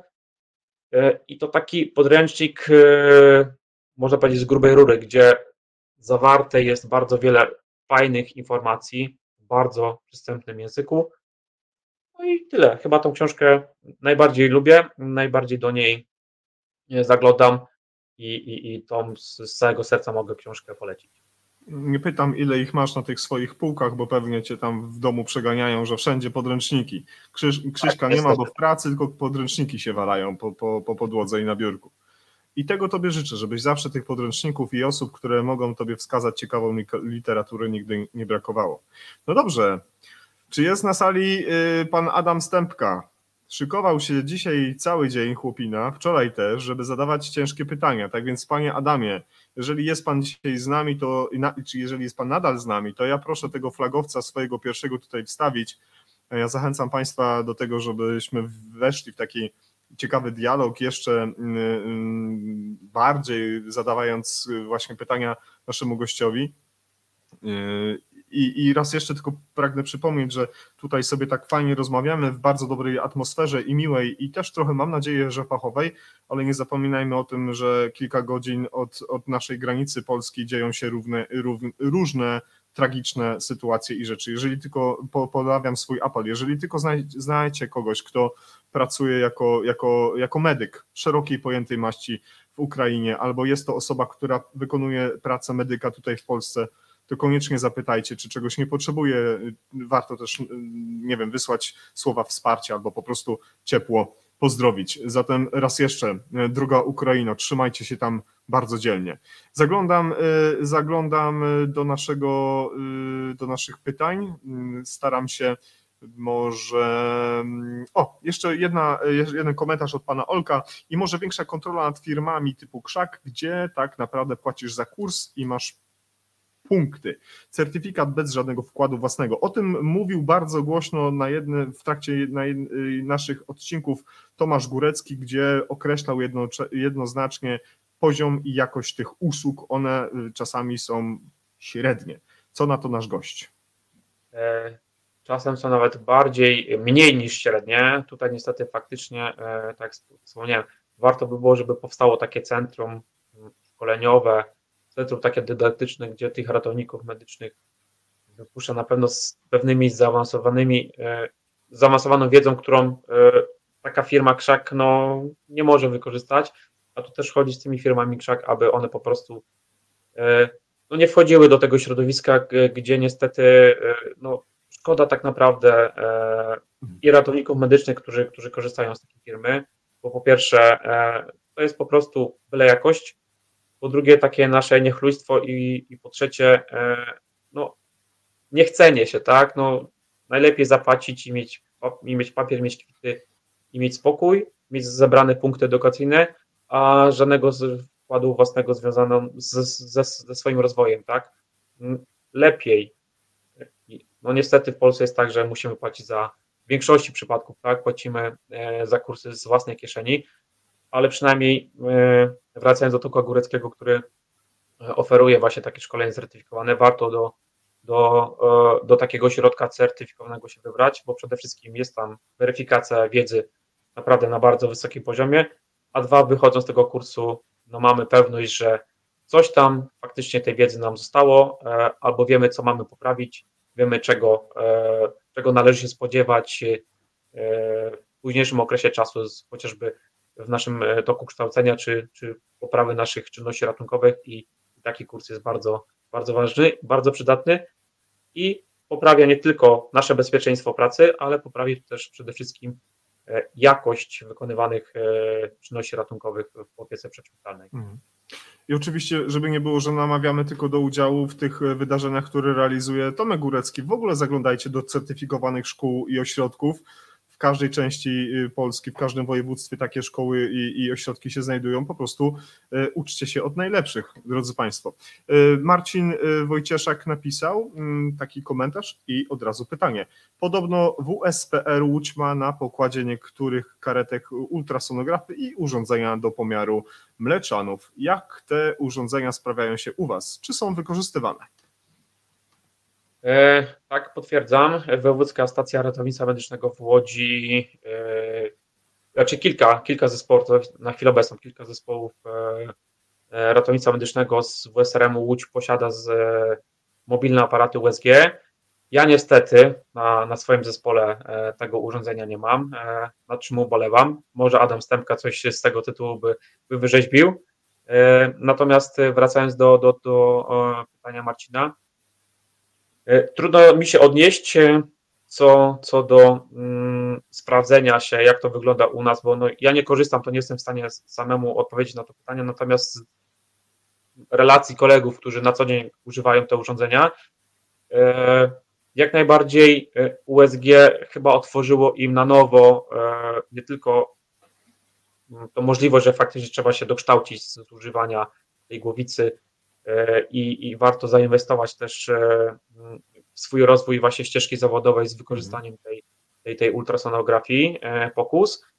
I to taki podręcznik, można powiedzieć, z grubej rury, gdzie zawarte jest bardzo wiele fajnych informacji w bardzo przystępnym języku. No i tyle. Chyba tą książkę najbardziej lubię, najbardziej do niej zaglądam i, i, i tą z, z całego serca mogę książkę polecić. Nie pytam, ile ich masz na tych swoich półkach, bo pewnie cię tam w domu przeganiają, że wszędzie podręczniki. Krzyż, Krzyśka nie ma, bo w pracy tylko podręczniki się walają po, po, po podłodze i na biurku. I tego Tobie życzę, żebyś zawsze tych podręczników i osób, które mogą Tobie wskazać ciekawą literaturę, nigdy nie brakowało. No dobrze, czy jest na sali pan Adam Stępka? Szykował się dzisiaj cały dzień, chłopina, wczoraj też, żeby zadawać ciężkie pytania. Tak więc, panie Adamie, jeżeli jest pan dzisiaj z nami, to czy jeżeli jest pan nadal z nami, to ja proszę tego flagowca swojego pierwszego tutaj wstawić. Ja zachęcam państwa do tego, żebyśmy weszli w taki ciekawy dialog, jeszcze bardziej zadawając właśnie pytania naszemu gościowi. I, I raz jeszcze tylko pragnę przypomnieć, że tutaj sobie tak fajnie rozmawiamy w bardzo dobrej atmosferze i miłej i też trochę mam nadzieję, że fachowej, ale nie zapominajmy o tym, że kilka godzin od, od naszej granicy Polski dzieją się równe, równe, różne tragiczne sytuacje i rzeczy. Jeżeli tylko, po, ponawiam swój apel, jeżeli tylko znajdziecie kogoś, kto pracuje jako, jako, jako medyk szerokiej pojętej maści w Ukrainie, albo jest to osoba, która wykonuje pracę medyka tutaj w Polsce, to koniecznie zapytajcie, czy czegoś nie potrzebuje. Warto też, nie wiem, wysłać słowa wsparcia albo po prostu ciepło pozdrowić. Zatem raz jeszcze, droga Ukraino, trzymajcie się tam bardzo dzielnie. Zaglądam, zaglądam do naszego, do naszych pytań. Staram się Może... O, jeszcze jedna, jeszcze jeden komentarz od pana Olka. I może większa kontrola nad firmami typu Krzak, gdzie tak naprawdę płacisz za kurs i masz punkty. Certyfikat bez żadnego wkładu własnego. O tym mówił bardzo głośno na jednym, w trakcie na jed, naszych odcinków Tomasz Górecki, gdzie określał jedno, jednoznacznie poziom i jakość tych usług. One czasami są średnie. Co na to nasz gość? Czasem są nawet bardziej, mniej niż średnie. Tutaj niestety faktycznie, tak jak wspomniałem, warto by było, żeby powstało takie centrum szkoleniowe, centrum takie dydaktyczne, gdzie tych ratowników medycznych wypuszcza na pewno z pewnymi zaawansowanymi, zaawansowaną wiedzą, którą taka firma Krzak no, nie może wykorzystać, a tu też chodzi z tymi firmami Krzak, aby one po prostu no, nie wchodziły do tego środowiska, gdzie niestety no, szkoda tak naprawdę i ratowników medycznych, którzy, którzy korzystają z takiej firmy, bo po pierwsze to jest po prostu byle jakość, po drugie takie nasze niechlujstwo i, i po trzecie no, niechcenie się, tak, no, najlepiej zapłacić i mieć, i mieć papier, mieć kwity i mieć spokój, mieć zebrane punkty edukacyjne, a żadnego wkładu własnego związanego ze, ze swoim rozwojem, tak, lepiej. No niestety w Polsce jest tak, że musimy płacić za, w większości przypadków, tak, płacimy za kursy z własnej kieszeni, ale przynajmniej wracając do Tomka Góreckiego, który oferuje właśnie takie szkolenie certyfikowane, warto do, do, do takiego ośrodka certyfikowanego się wybrać, bo przede wszystkim jest tam weryfikacja wiedzy naprawdę na bardzo wysokim poziomie, a dwa, wychodząc z tego kursu, no mamy pewność, że coś tam faktycznie tej wiedzy nam zostało, albo wiemy, co mamy poprawić, wiemy, czego, czego należy się spodziewać w późniejszym okresie czasu, chociażby w naszym toku kształcenia, czy, czy poprawy naszych czynności ratunkowych i taki kurs jest bardzo, bardzo ważny, bardzo przydatny i poprawia nie tylko nasze bezpieczeństwo pracy, ale poprawia też przede wszystkim jakość wykonywanych czynności ratunkowych w opiece przedszpitalnej. Mhm. I oczywiście, żeby nie było, że namawiamy tylko do udziału w tych wydarzeniach, które realizuje Tomek Górecki, w ogóle zaglądajcie do certyfikowanych szkół i ośrodków. W każdej części Polski, w każdym województwie takie szkoły i, i ośrodki się znajdują. Po prostu e, uczcie się od najlepszych, drodzy Państwo. E, Marcin Wojcieszak napisał m, taki komentarz i od razu pytanie. Podobno W S P R Łódź ma na pokładzie niektórych karetek ultrasonografy i urządzenia do pomiaru mleczanów. Jak te urządzenia sprawiają się u Was? Czy są wykorzystywane? E, tak, potwierdzam. Wojewódzka Stacja Ratownictwa Medycznego w Łodzi, e, znaczy kilka, kilka zespołów, na chwilę obecną kilka zespołów e, ratownictwa medycznego z W S R M-u Łódź posiada z e, mobilne aparaty U S G. Ja niestety na, na swoim zespole e, tego urządzenia nie mam, e, nad czym ubolewam. Może Adam Stępka coś z tego tytułu by, by wyrzeźbił. E, natomiast wracając do, do, do o, pytania Marcina, trudno mi się odnieść co, co do mm, sprawdzenia się, jak to wygląda u nas, bo no, ja nie korzystam, to nie jestem w stanie samemu odpowiedzieć na to pytanie, natomiast z relacji kolegów, którzy na co dzień używają te urządzenia, e, jak najbardziej U S G chyba otworzyło im na nowo e, nie tylko to możliwość, że faktycznie trzeba się dokształcić z używania tej głowicy, I, i warto zainwestować też w swój rozwój właśnie ścieżki zawodowej z wykorzystaniem tej, tej, tej ultrasonografii P O C U S.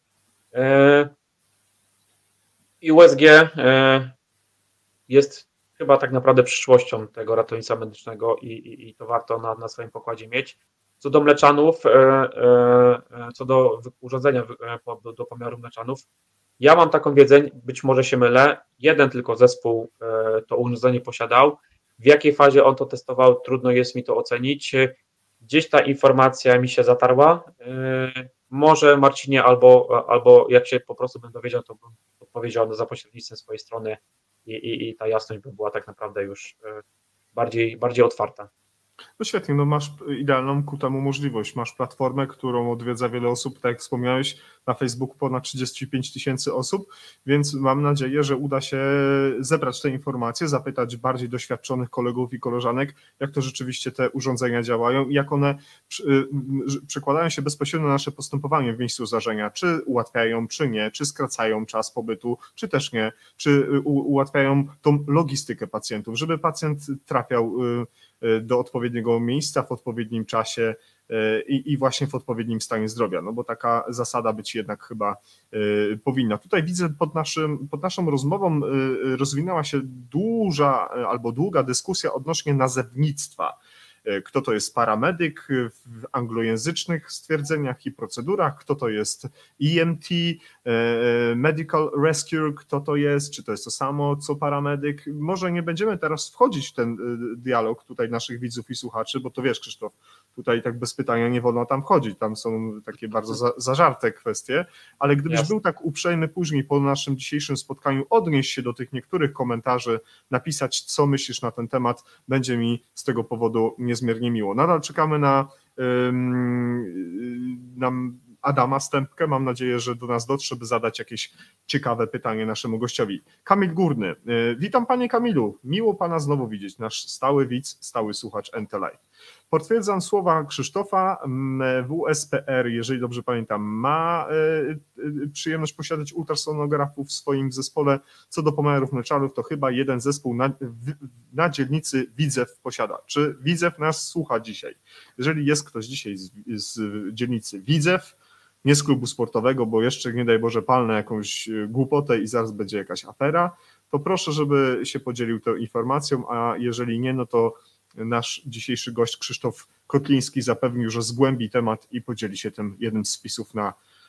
I U S G jest chyba tak naprawdę przyszłością tego ratownictwa medycznego i, i, i to warto na, na swoim pokładzie mieć. Co do mleczanów, co do urządzenia do, do pomiaru mleczanów, ja mam taką wiedzę, być może się mylę, jeden tylko zespół to urządzenie posiadał. W jakiej fazie on to testował, trudno jest mi to ocenić. Gdzieś ta informacja mi się zatarła. Może Marcinie, albo, albo jak się po prostu bym dowiedział, to bym odpowiedział za pośrednictwem swojej strony i, i, i ta jasność by była tak naprawdę już bardziej, bardziej otwarta. No świetnie, no masz idealną ku temu możliwość. Masz platformę, którą odwiedza wiele osób, tak jak wspomniałeś, na Facebooku ponad trzydzieści pięć tysięcy osób, więc mam nadzieję, że uda się zebrać te informacje, zapytać bardziej doświadczonych kolegów i koleżanek, jak to rzeczywiście te urządzenia działają i jak one przy- y, przekładają się bezpośrednio na nasze postępowanie w miejscu zdarzenia, czy ułatwiają, czy nie, czy skracają czas pobytu, czy też nie, czy u- ułatwiają tą logistykę pacjentów, żeby pacjent trafiał y, do odpowiedniego miejsca w odpowiednim czasie i, i właśnie w odpowiednim stanie zdrowia, no bo taka zasada być jednak chyba y, powinna. Tutaj widzę pod, naszym, pod naszą rozmową y, rozwinęła się duża albo długa dyskusja odnośnie nazewnictwa. Kto to jest paramedyk w anglojęzycznych stwierdzeniach i procedurach, kto to jest E M T, Medical Rescue, kto to jest, czy to jest to samo co paramedyk. Może nie będziemy teraz wchodzić w ten dialog tutaj naszych widzów i słuchaczy, bo to wiesz, Krzysztof, tutaj tak bez pytania nie wolno tam chodzić, tam są takie bardzo za, zażarte kwestie, ale gdybyś Jasne. był tak uprzejmy później po naszym dzisiejszym spotkaniu odnieść się do tych niektórych komentarzy, napisać, co myślisz na ten temat, będzie mi z tego powodu niezmiernie miło. Nadal czekamy na, na Adama Stępkę. Mam nadzieję, że do nas dotrze, by zadać jakieś ciekawe pytanie naszemu gościowi. Kamil Górny. Witam panie Kamilu. Miło pana znowu widzieć. Nasz stały widz, stały słuchacz N T Live. Potwierdzam słowa Krzysztofa. W S P R, jeżeli dobrze pamiętam, ma przyjemność posiadać ultrasonografów w swoim zespole. Co do pomiarów mleczarów, to chyba jeden zespół na, na dzielnicy Widzew posiada. Czy Widzew nas słucha dzisiaj? Jeżeli jest ktoś dzisiaj z, z dzielnicy Widzew, nie z klubu sportowego, bo jeszcze nie daj Boże palnę jakąś głupotę i zaraz będzie jakaś afera, to proszę, żeby się podzielił tą informacją, a jeżeli nie, no to nasz dzisiejszy gość Krzysztof Kotliński zapewnił, że zgłębi temat i podzieli się tym jednym z wpisów na,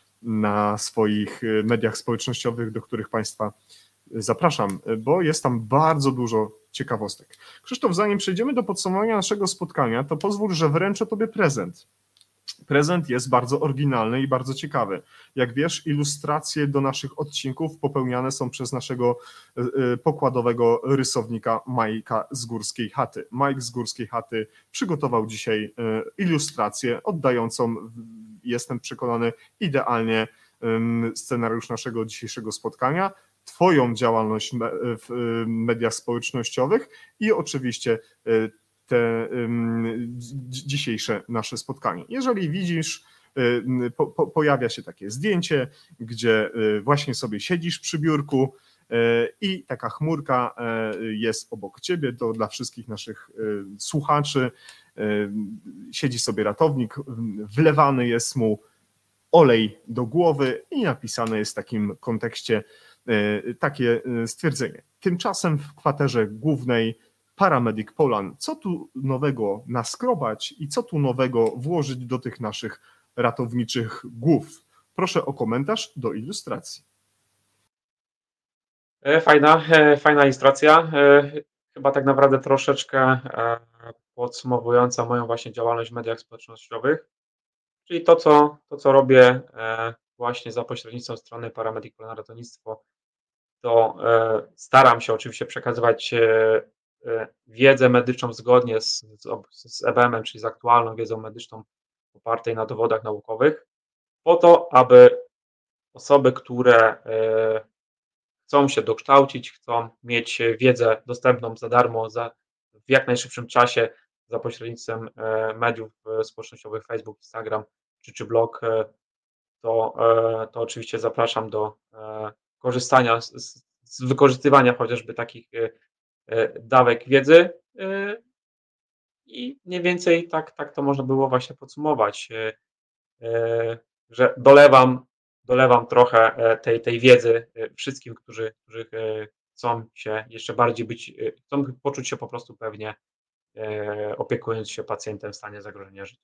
na swoich mediach społecznościowych, do których Państwa zapraszam, bo jest tam bardzo dużo ciekawostek. Krzysztof, zanim przejdziemy do podsumowania naszego spotkania, to pozwól, że wręczę Tobie prezent. Prezent jest bardzo oryginalny i bardzo ciekawy. Jak wiesz, ilustracje do naszych odcinków popełniane są przez naszego pokładowego rysownika Majka z Górskiej Chaty. Majk z Górskiej Chaty przygotował dzisiaj ilustrację oddającą, jestem przekonany, idealnie scenariusz naszego dzisiejszego spotkania, Twoją działalność w mediach społecznościowych i oczywiście te dzisiejsze nasze spotkanie. Jeżeli widzisz, po, po, pojawia się takie zdjęcie, gdzie właśnie sobie siedzisz przy biurku i taka chmurka jest obok ciebie, to dla wszystkich naszych słuchaczy siedzi sobie ratownik, wlewany jest mu olej do głowy i napisane jest w takim kontekście takie stwierdzenie. Tymczasem w kwaterze głównej Paramedic Polan, co tu nowego naskrobać i co tu nowego włożyć do tych naszych ratowniczych głów? Proszę o komentarz do ilustracji. Fajna, fajna ilustracja. Chyba tak naprawdę troszeczkę podsumowująca moją właśnie działalność w mediach społecznościowych. Czyli to, co, to, co robię właśnie za pośrednictwem strony Paramedic Polan Ratownictwo, to staram się oczywiście przekazywać wiedzę medyczną zgodnie z, z E B M-em, czyli z aktualną wiedzą medyczną opartej na dowodach naukowych, po to, aby osoby, które chcą się dokształcić, chcą mieć wiedzę dostępną za darmo, za, w jak najszybszym czasie za pośrednictwem mediów społecznościowych Facebook, Instagram czy, czy blog, to, to oczywiście zapraszam do korzystania, z, z wykorzystywania chociażby takich dawek wiedzy i mniej więcej tak, tak to można było właśnie podsumować, że dolewam, dolewam trochę tej, tej wiedzy wszystkim, którzy, którzy chcą się jeszcze bardziej być, chcą poczuć się po prostu pewnie, opiekując się pacjentem w stanie zagrożenia życia.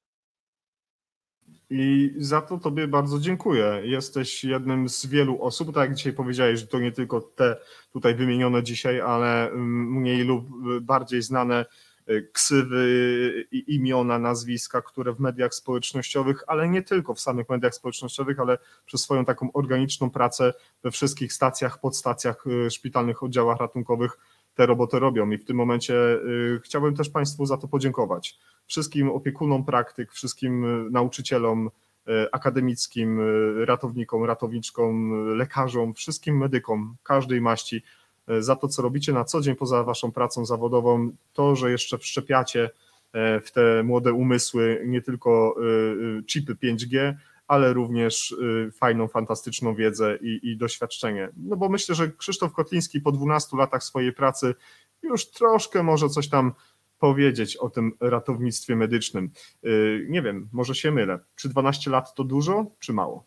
I za to Tobie bardzo dziękuję. Jesteś jednym z wielu osób, tak jak dzisiaj powiedziałeś, że to nie tylko te tutaj wymienione dzisiaj, ale mniej lub bardziej znane ksywy, imiona, nazwiska, które w mediach społecznościowych, ale nie tylko w samych mediach społecznościowych, ale przez swoją taką organiczną pracę we wszystkich stacjach, podstacjach, szpitalnych oddziałach ratunkowych tę robotę robią i w tym momencie y, chciałbym też Państwu za to podziękować. Wszystkim opiekunom praktyk, wszystkim y, nauczycielom y, akademickim, y, ratownikom, ratowniczkom, y, lekarzom, wszystkim medykom każdej maści y, za to, co robicie na co dzień poza Waszą pracą zawodową, to, że jeszcze wszczepiacie y, w te młode umysły nie tylko y, y, chipy pięć G, ale również y, fajną, fantastyczną wiedzę i, i doświadczenie. No bo myślę, że Krzysztof Kotliński po dwunastu latach swojej pracy już troszkę może coś tam powiedzieć o tym ratownictwie medycznym. Y, Nie wiem, może się mylę. Czy dwanaście lat to dużo, czy mało?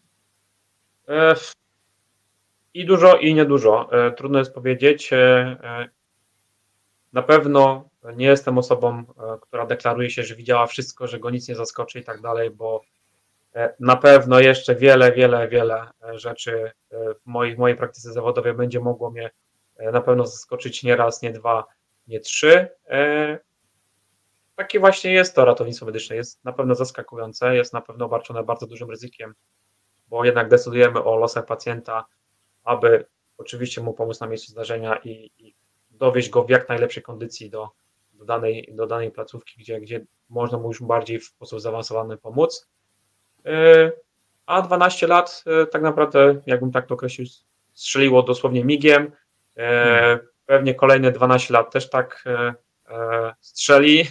E, I dużo, i niedużo. E, Trudno jest powiedzieć. E, e, Na pewno nie jestem osobą, e, która deklaruje się, że widziała wszystko, że go nic nie zaskoczy i tak dalej, bo e, na pewno jeszcze wiele, wiele, wiele e, rzeczy e, w mojej, w mojej praktyce zawodowej będzie mogło mnie e, na pewno zaskoczyć nie raz, nie dwa, nie trzy. E, Takie właśnie jest to ratownictwo medyczne. Jest na pewno zaskakujące, jest na pewno obarczone bardzo dużym ryzykiem, bo jednak decydujemy o losach pacjenta, aby oczywiście mu pomóc na miejscu zdarzenia i, i dowieźć go w jak najlepszej kondycji do, do, danej, do danej placówki, gdzie, gdzie można mu już bardziej w sposób zaawansowany pomóc. Yy, A dwanaście lat yy, tak naprawdę, jakbym tak to określił, strzeliło dosłownie migiem. Yy, Hmm. Pewnie kolejne dwanaście lat też tak yy, yy, strzeli.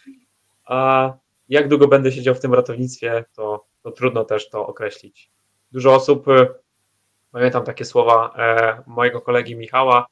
A jak długo będę siedział w tym ratownictwie, to, to trudno też to określić. Dużo osób, yy, pamiętam takie słowa e, mojego kolegi Michała,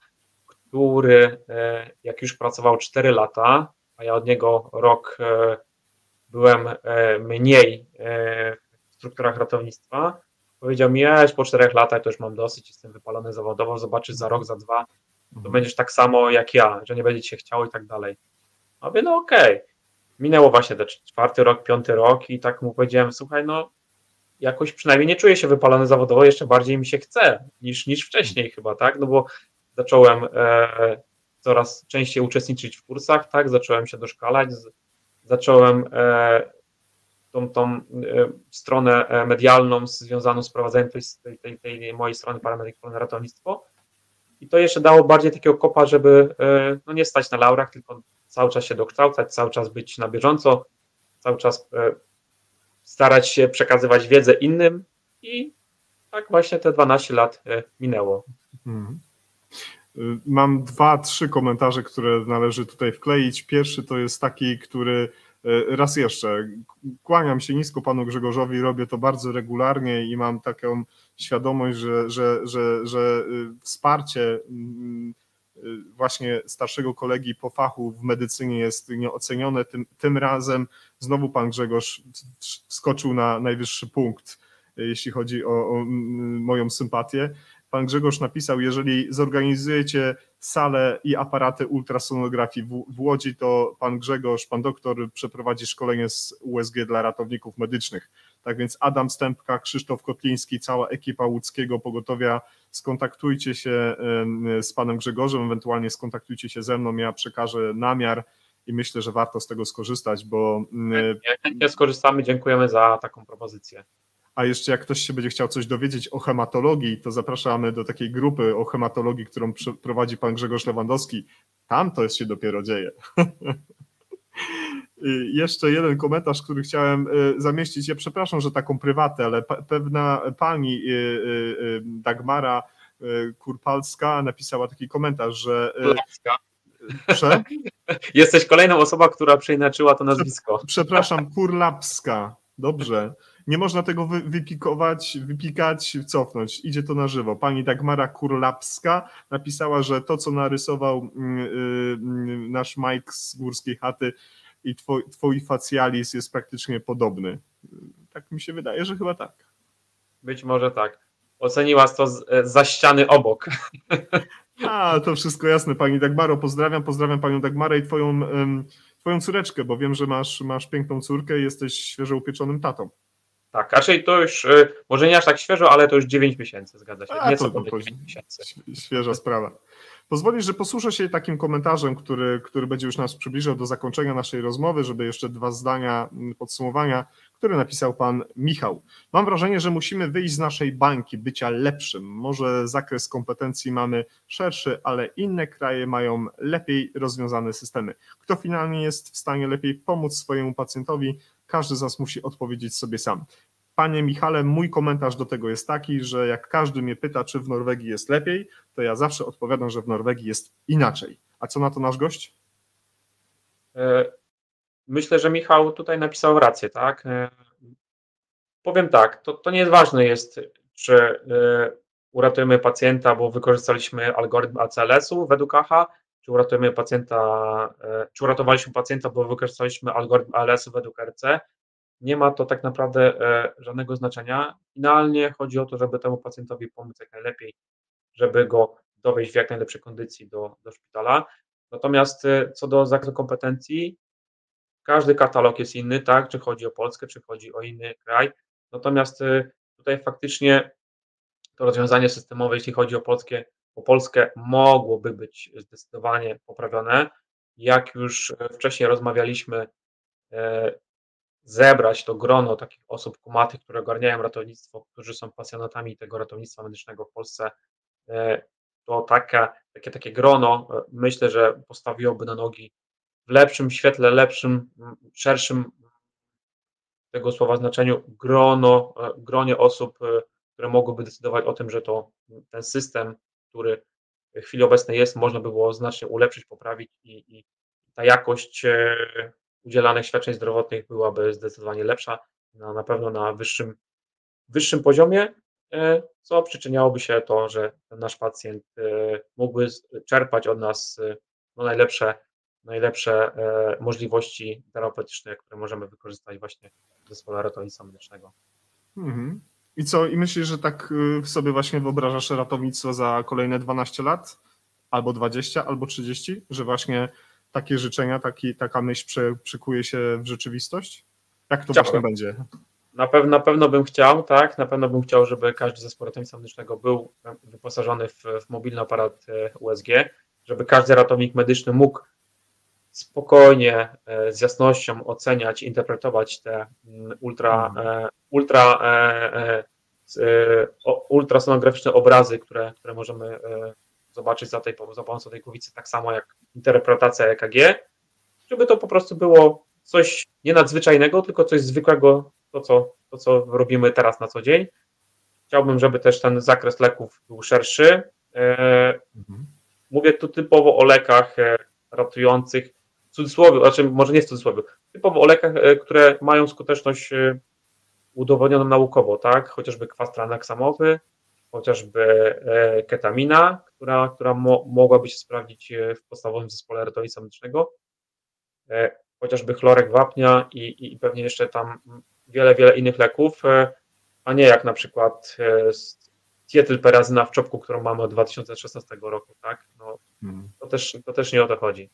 który e, jak już pracował cztery lata, a ja od niego rok e, byłem e, mniej e, w strukturach ratownictwa, powiedział mi, ja już po czterech latach to już mam dosyć, jestem wypalony zawodowo, zobaczysz za rok, za dwa, to Mhm. będziesz tak samo jak ja, że nie będzie ci się chciało i tak dalej. A mówię, no okej. Minęło właśnie ten czwarty rok, piąty rok i tak mu powiedziałem, słuchaj, no jakoś przynajmniej nie czuję się wypalony zawodowo, jeszcze bardziej mi się chce niż, niż wcześniej chyba, tak? No bo zacząłem e, coraz częściej uczestniczyć w kursach, tak? Zacząłem się doszkalać, z, zacząłem e, tą, tą e, stronę e, medialną związaną z prowadzeniem tej, tej, tej, tej mojej strony Paramedyk Polne Ratownictwo i to jeszcze dało bardziej takiego kopa, żeby e, no nie stać na laurach, tylko cały czas się dokształcać, cały czas być na bieżąco, cały czas e, starać się przekazywać wiedzę innym i tak właśnie te dwanaście lat e, minęło. Mhm. Y, Mam dwa, trzy komentarze, które należy tutaj wkleić. Pierwszy to jest taki, który y, raz jeszcze kłaniam się nisko panu Grzegorzowi, robię to bardzo regularnie i mam taką świadomość, że, że, że, że y, wsparcie mm, y, właśnie starszego kolegi po fachu w medycynie jest nieocenione. Tym, tym razem znowu pan Grzegorz wskoczył na najwyższy punkt, y, jeśli chodzi o, o mm, moją sympatię. Pan Grzegorz napisał, jeżeli zorganizujecie salę i aparaty ultrasonografii w, w Łodzi, to pan Grzegorz, pan doktor przeprowadzi szkolenie z U S G dla ratowników medycznych. Tak więc Adam Stępka, Krzysztof Kotliński, cała ekipa łódzkiego pogotowia, skontaktujcie się em, z panem Grzegorzem, ewentualnie skontaktujcie się ze mną, ja przekażę namiar i myślę, że warto z tego skorzystać, bo em, Chętnie, chętnie skorzystamy, dziękujemy za taką propozycję. a jeszcze jak ktoś się będzie chciał coś dowiedzieć o hematologii, to zapraszamy do takiej grupy o hematologii, którą przy- prowadzi pan Grzegorz Lewandowski. Tam to się dopiero dzieje. I jeszcze jeden komentarz, który chciałem y, zamieścić. Ja przepraszam, że taką prywatę, ale pe- pewna pani y, y, y, Dagmara y, Kurpalska napisała taki komentarz, że y, Kurlapska. prze, Jesteś kolejną osobą, która przeinaczyła to nazwisko. przepraszam, Kurlapska. Dobrze. Nie można tego wy, wypikować, wypikać, cofnąć. Idzie to na żywo. Pani Dagmara Kurlapska napisała, że to, co narysował mm, y, nasz Mike z Górskiej Chaty i twój, twój facialis jest praktycznie podobny. Tak mi się wydaje, że chyba tak. Być może tak. Oceniła to z, za ściany obok. A, to wszystko jasne. Pani Dagmaro, pozdrawiam, pozdrawiam panią Dagmarę i twoją, ym, twoją córeczkę, bo wiem, że masz, masz piękną córkę i jesteś świeżo upieczonym tatą. Tak, raczej to już, y, może nie aż tak świeżo, ale to już dziewięć miesięcy, zgadza się. A Nieco to, to, ponad to dziewięć miesięcy. świeża sprawa. Pozwolisz, że posłuszę się takim komentarzem, który, który będzie już nas przybliżał do zakończenia naszej rozmowy, żeby jeszcze dwa zdania podsumowania, które napisał pan Michał. Mam wrażenie, że musimy wyjść z naszej bańki bycia lepszym. Może zakres kompetencji mamy szerszy, ale inne kraje mają lepiej rozwiązane systemy. Kto finalnie jest w stanie lepiej pomóc swojemu pacjentowi, każdy z nas musi odpowiedzieć sobie sam. Panie Michale, mój komentarz do tego jest taki, że jak każdy mnie pyta, czy w Norwegii jest lepiej, to ja zawsze odpowiadam, że w Norwegii jest inaczej. A co na to nasz gość? Myślę, że Michał tutaj napisał rację, tak? Powiem tak, to, to nie jest ważne jest, czy uratujemy pacjenta, bo wykorzystaliśmy algorytm A C L S-u według A H A, czy uratujemy pacjenta, czy uratowaliśmy pacjenta, bo wykorzystaliśmy algorytm A L S-u według R C. Nie ma to tak naprawdę żadnego znaczenia. Finalnie chodzi o to, żeby temu pacjentowi pomóc jak najlepiej, żeby go dowieść w jak najlepszej kondycji do, do szpitala. Natomiast co do zakresu kompetencji, każdy katalog jest inny, tak? Czy chodzi o Polskę, czy chodzi o inny kraj. Natomiast tutaj faktycznie to rozwiązanie systemowe, jeśli chodzi o Polskę, o Polskę, mogłoby być zdecydowanie poprawione. Jak już wcześniej rozmawialiśmy, zebrać to grono takich osób kumatych, które ogarniają ratownictwo, którzy są pasjonatami tego ratownictwa medycznego w Polsce, to taka, takie, takie grono myślę, że postawiłoby na nogi w lepszym świetle, lepszym, szerszym tego słowa znaczeniu grono, gronie osób, które mogłyby decydować o tym, że to ten system, który w chwili obecnej jest, można by było znacznie ulepszyć, poprawić i, i ta jakość udzielanych świadczeń zdrowotnych byłaby zdecydowanie lepsza, na, na pewno na wyższym, wyższym poziomie, co przyczyniałoby się to, że ten nasz pacjent mógłby czerpać od nas no, najlepsze, najlepsze możliwości terapeutyczne, które możemy wykorzystać właśnie w zespole ratownictwa medycznego. Mhm. I co? I myślisz, że tak sobie właśnie wyobrażasz ratownictwo za kolejne dwanaście lat? Albo dwadzieścia, albo trzydzieści? Że właśnie takie życzenia, taki, taka myśl prze, przekuje się w rzeczywistość? Jak to Chciałbym. właśnie będzie? Na pewno, na pewno bym chciał, tak, na pewno bym chciał, żeby każdy zespół ratownictwa medycznego był wyposażony w, w mobilny aparat U S G, żeby każdy ratownik medyczny mógł spokojnie, z jasnością oceniać, interpretować te ultra, Mhm. ultra, ultrasonograficzne obrazy, które, które możemy zobaczyć za, tej, za pomocą tej głowicy, tak samo jak interpretacja E K G, żeby to po prostu było coś nie nadzwyczajnego, tylko coś zwykłego, to co, to co robimy teraz na co dzień. Chciałbym, żeby też ten zakres leków był szerszy. Mhm. Mówię tu typowo o lekach ratujących, w cudzysłowie, znaczy może nie w cudzysłowie, typowo o lekach, które mają skuteczność udowodnioną naukowo, tak? Chociażby kwas traneksamowy, chociażby ketamina, która, która mo, mogłaby się sprawdzić w podstawowym zespole ratownictwa medycznego, chociażby chlorek wapnia i, i pewnie jeszcze tam wiele, wiele innych leków, a nie jak na przykład dietylperazyna w czopku, którą mamy od dwa tysiące szesnastego roku, tak? No, to, też, to też nie o to chodzi.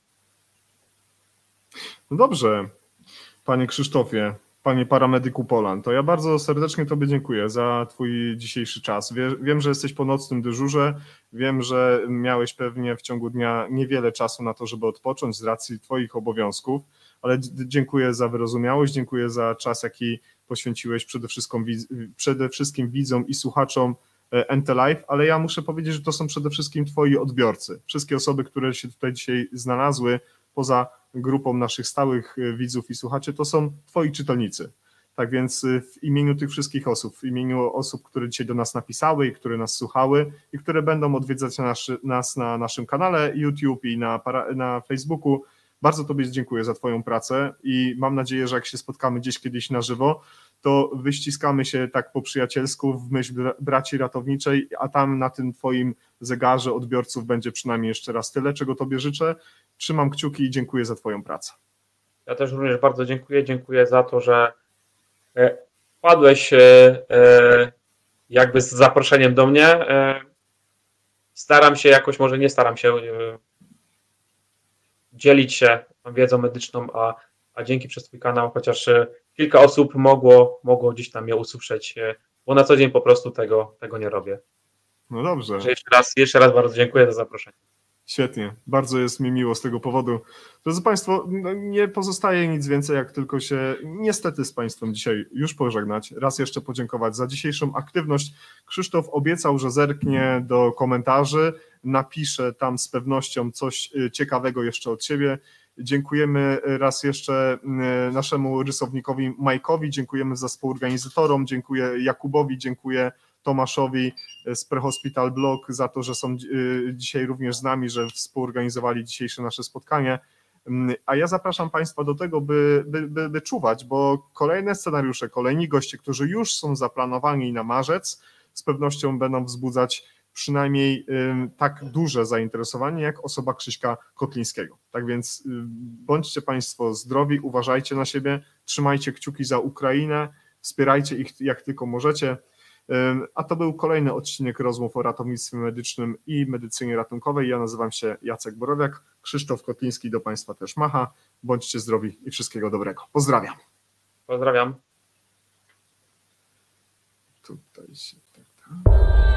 No dobrze, panie Krzysztofie, panie paramedyku Polan, to ja bardzo serdecznie tobie dziękuję za twój dzisiejszy czas. Wie, wiem, że jesteś po nocnym dyżurze, wiem, że miałeś pewnie w ciągu dnia niewiele czasu na to, żeby odpocząć z racji twoich obowiązków, ale dziękuję za wyrozumiałość, dziękuję za czas, jaki poświęciłeś przede wszystkim, przede wszystkim widzom i słuchaczom N T Live, ale ja muszę powiedzieć, że to są przede wszystkim twoi odbiorcy. Wszystkie osoby, które się tutaj dzisiaj znalazły, poza grupą naszych stałych widzów i słuchaczy, to są twoi czytelnicy. Tak więc w imieniu tych wszystkich osób, w imieniu osób, które dzisiaj do nas napisały i które nas słuchały i które będą odwiedzać nasz, nas na naszym kanale YouTube i na, na Facebooku, bardzo tobie dziękuję za twoją pracę i mam nadzieję, że jak się spotkamy gdzieś kiedyś na żywo, to wyściskamy się tak po przyjacielsku w myśl braci ratowniczej, a tam na tym twoim zegarze odbiorców będzie przynajmniej jeszcze raz tyle, czego tobie życzę. Trzymam kciuki i dziękuję za twoją pracę. Ja też również bardzo dziękuję. Dziękuję za to, że wpadłeś jakby z zaproszeniem do mnie. Staram się jakoś, może nie staram się dzielić się wiedzą medyczną, a, a dzięki przez twój kanał chociaż kilka osób mogło, mogło gdzieś tam mnie usłyszeć, e, bo na co dzień po prostu tego, tego nie robię. No dobrze. Także jeszcze raz, jeszcze raz bardzo dziękuję za zaproszenie. Świetnie, bardzo jest mi miło z tego powodu. Drodzy Państwo, no nie pozostaje nic więcej, jak tylko się niestety z Państwem dzisiaj już pożegnać. Raz jeszcze podziękować za dzisiejszą aktywność. Krzysztof obiecał, że zerknie do komentarzy, napisze tam z pewnością coś ciekawego jeszcze od siebie. Dziękujemy raz jeszcze naszemu rysownikowi Majkowi, dziękujemy za współorganizatorom, dziękuję Jakubowi, dziękuję Tomaszowi z Prehospital Blog za to, że są dzisiaj również z nami, że współorganizowali dzisiejsze nasze spotkanie. A ja zapraszam Państwa do tego, by, by, by, by czuwać, bo kolejne scenariusze, kolejni goście, którzy już są zaplanowani na marzec, z pewnością będą wzbudzać przynajmniej tak duże zainteresowanie jak osoba Krzyśka Kotlińskiego. Tak więc bądźcie Państwo zdrowi, uważajcie na siebie, trzymajcie kciuki za Ukrainę, wspierajcie ich jak tylko możecie. A to był kolejny odcinek rozmów o ratownictwie medycznym i medycynie ratunkowej. Ja nazywam się Jacek Borowiak, Krzysztof Kotliński do Państwa też macha. Bądźcie zdrowi i wszystkiego dobrego. Pozdrawiam. Pozdrawiam. Tutaj się tak, tak.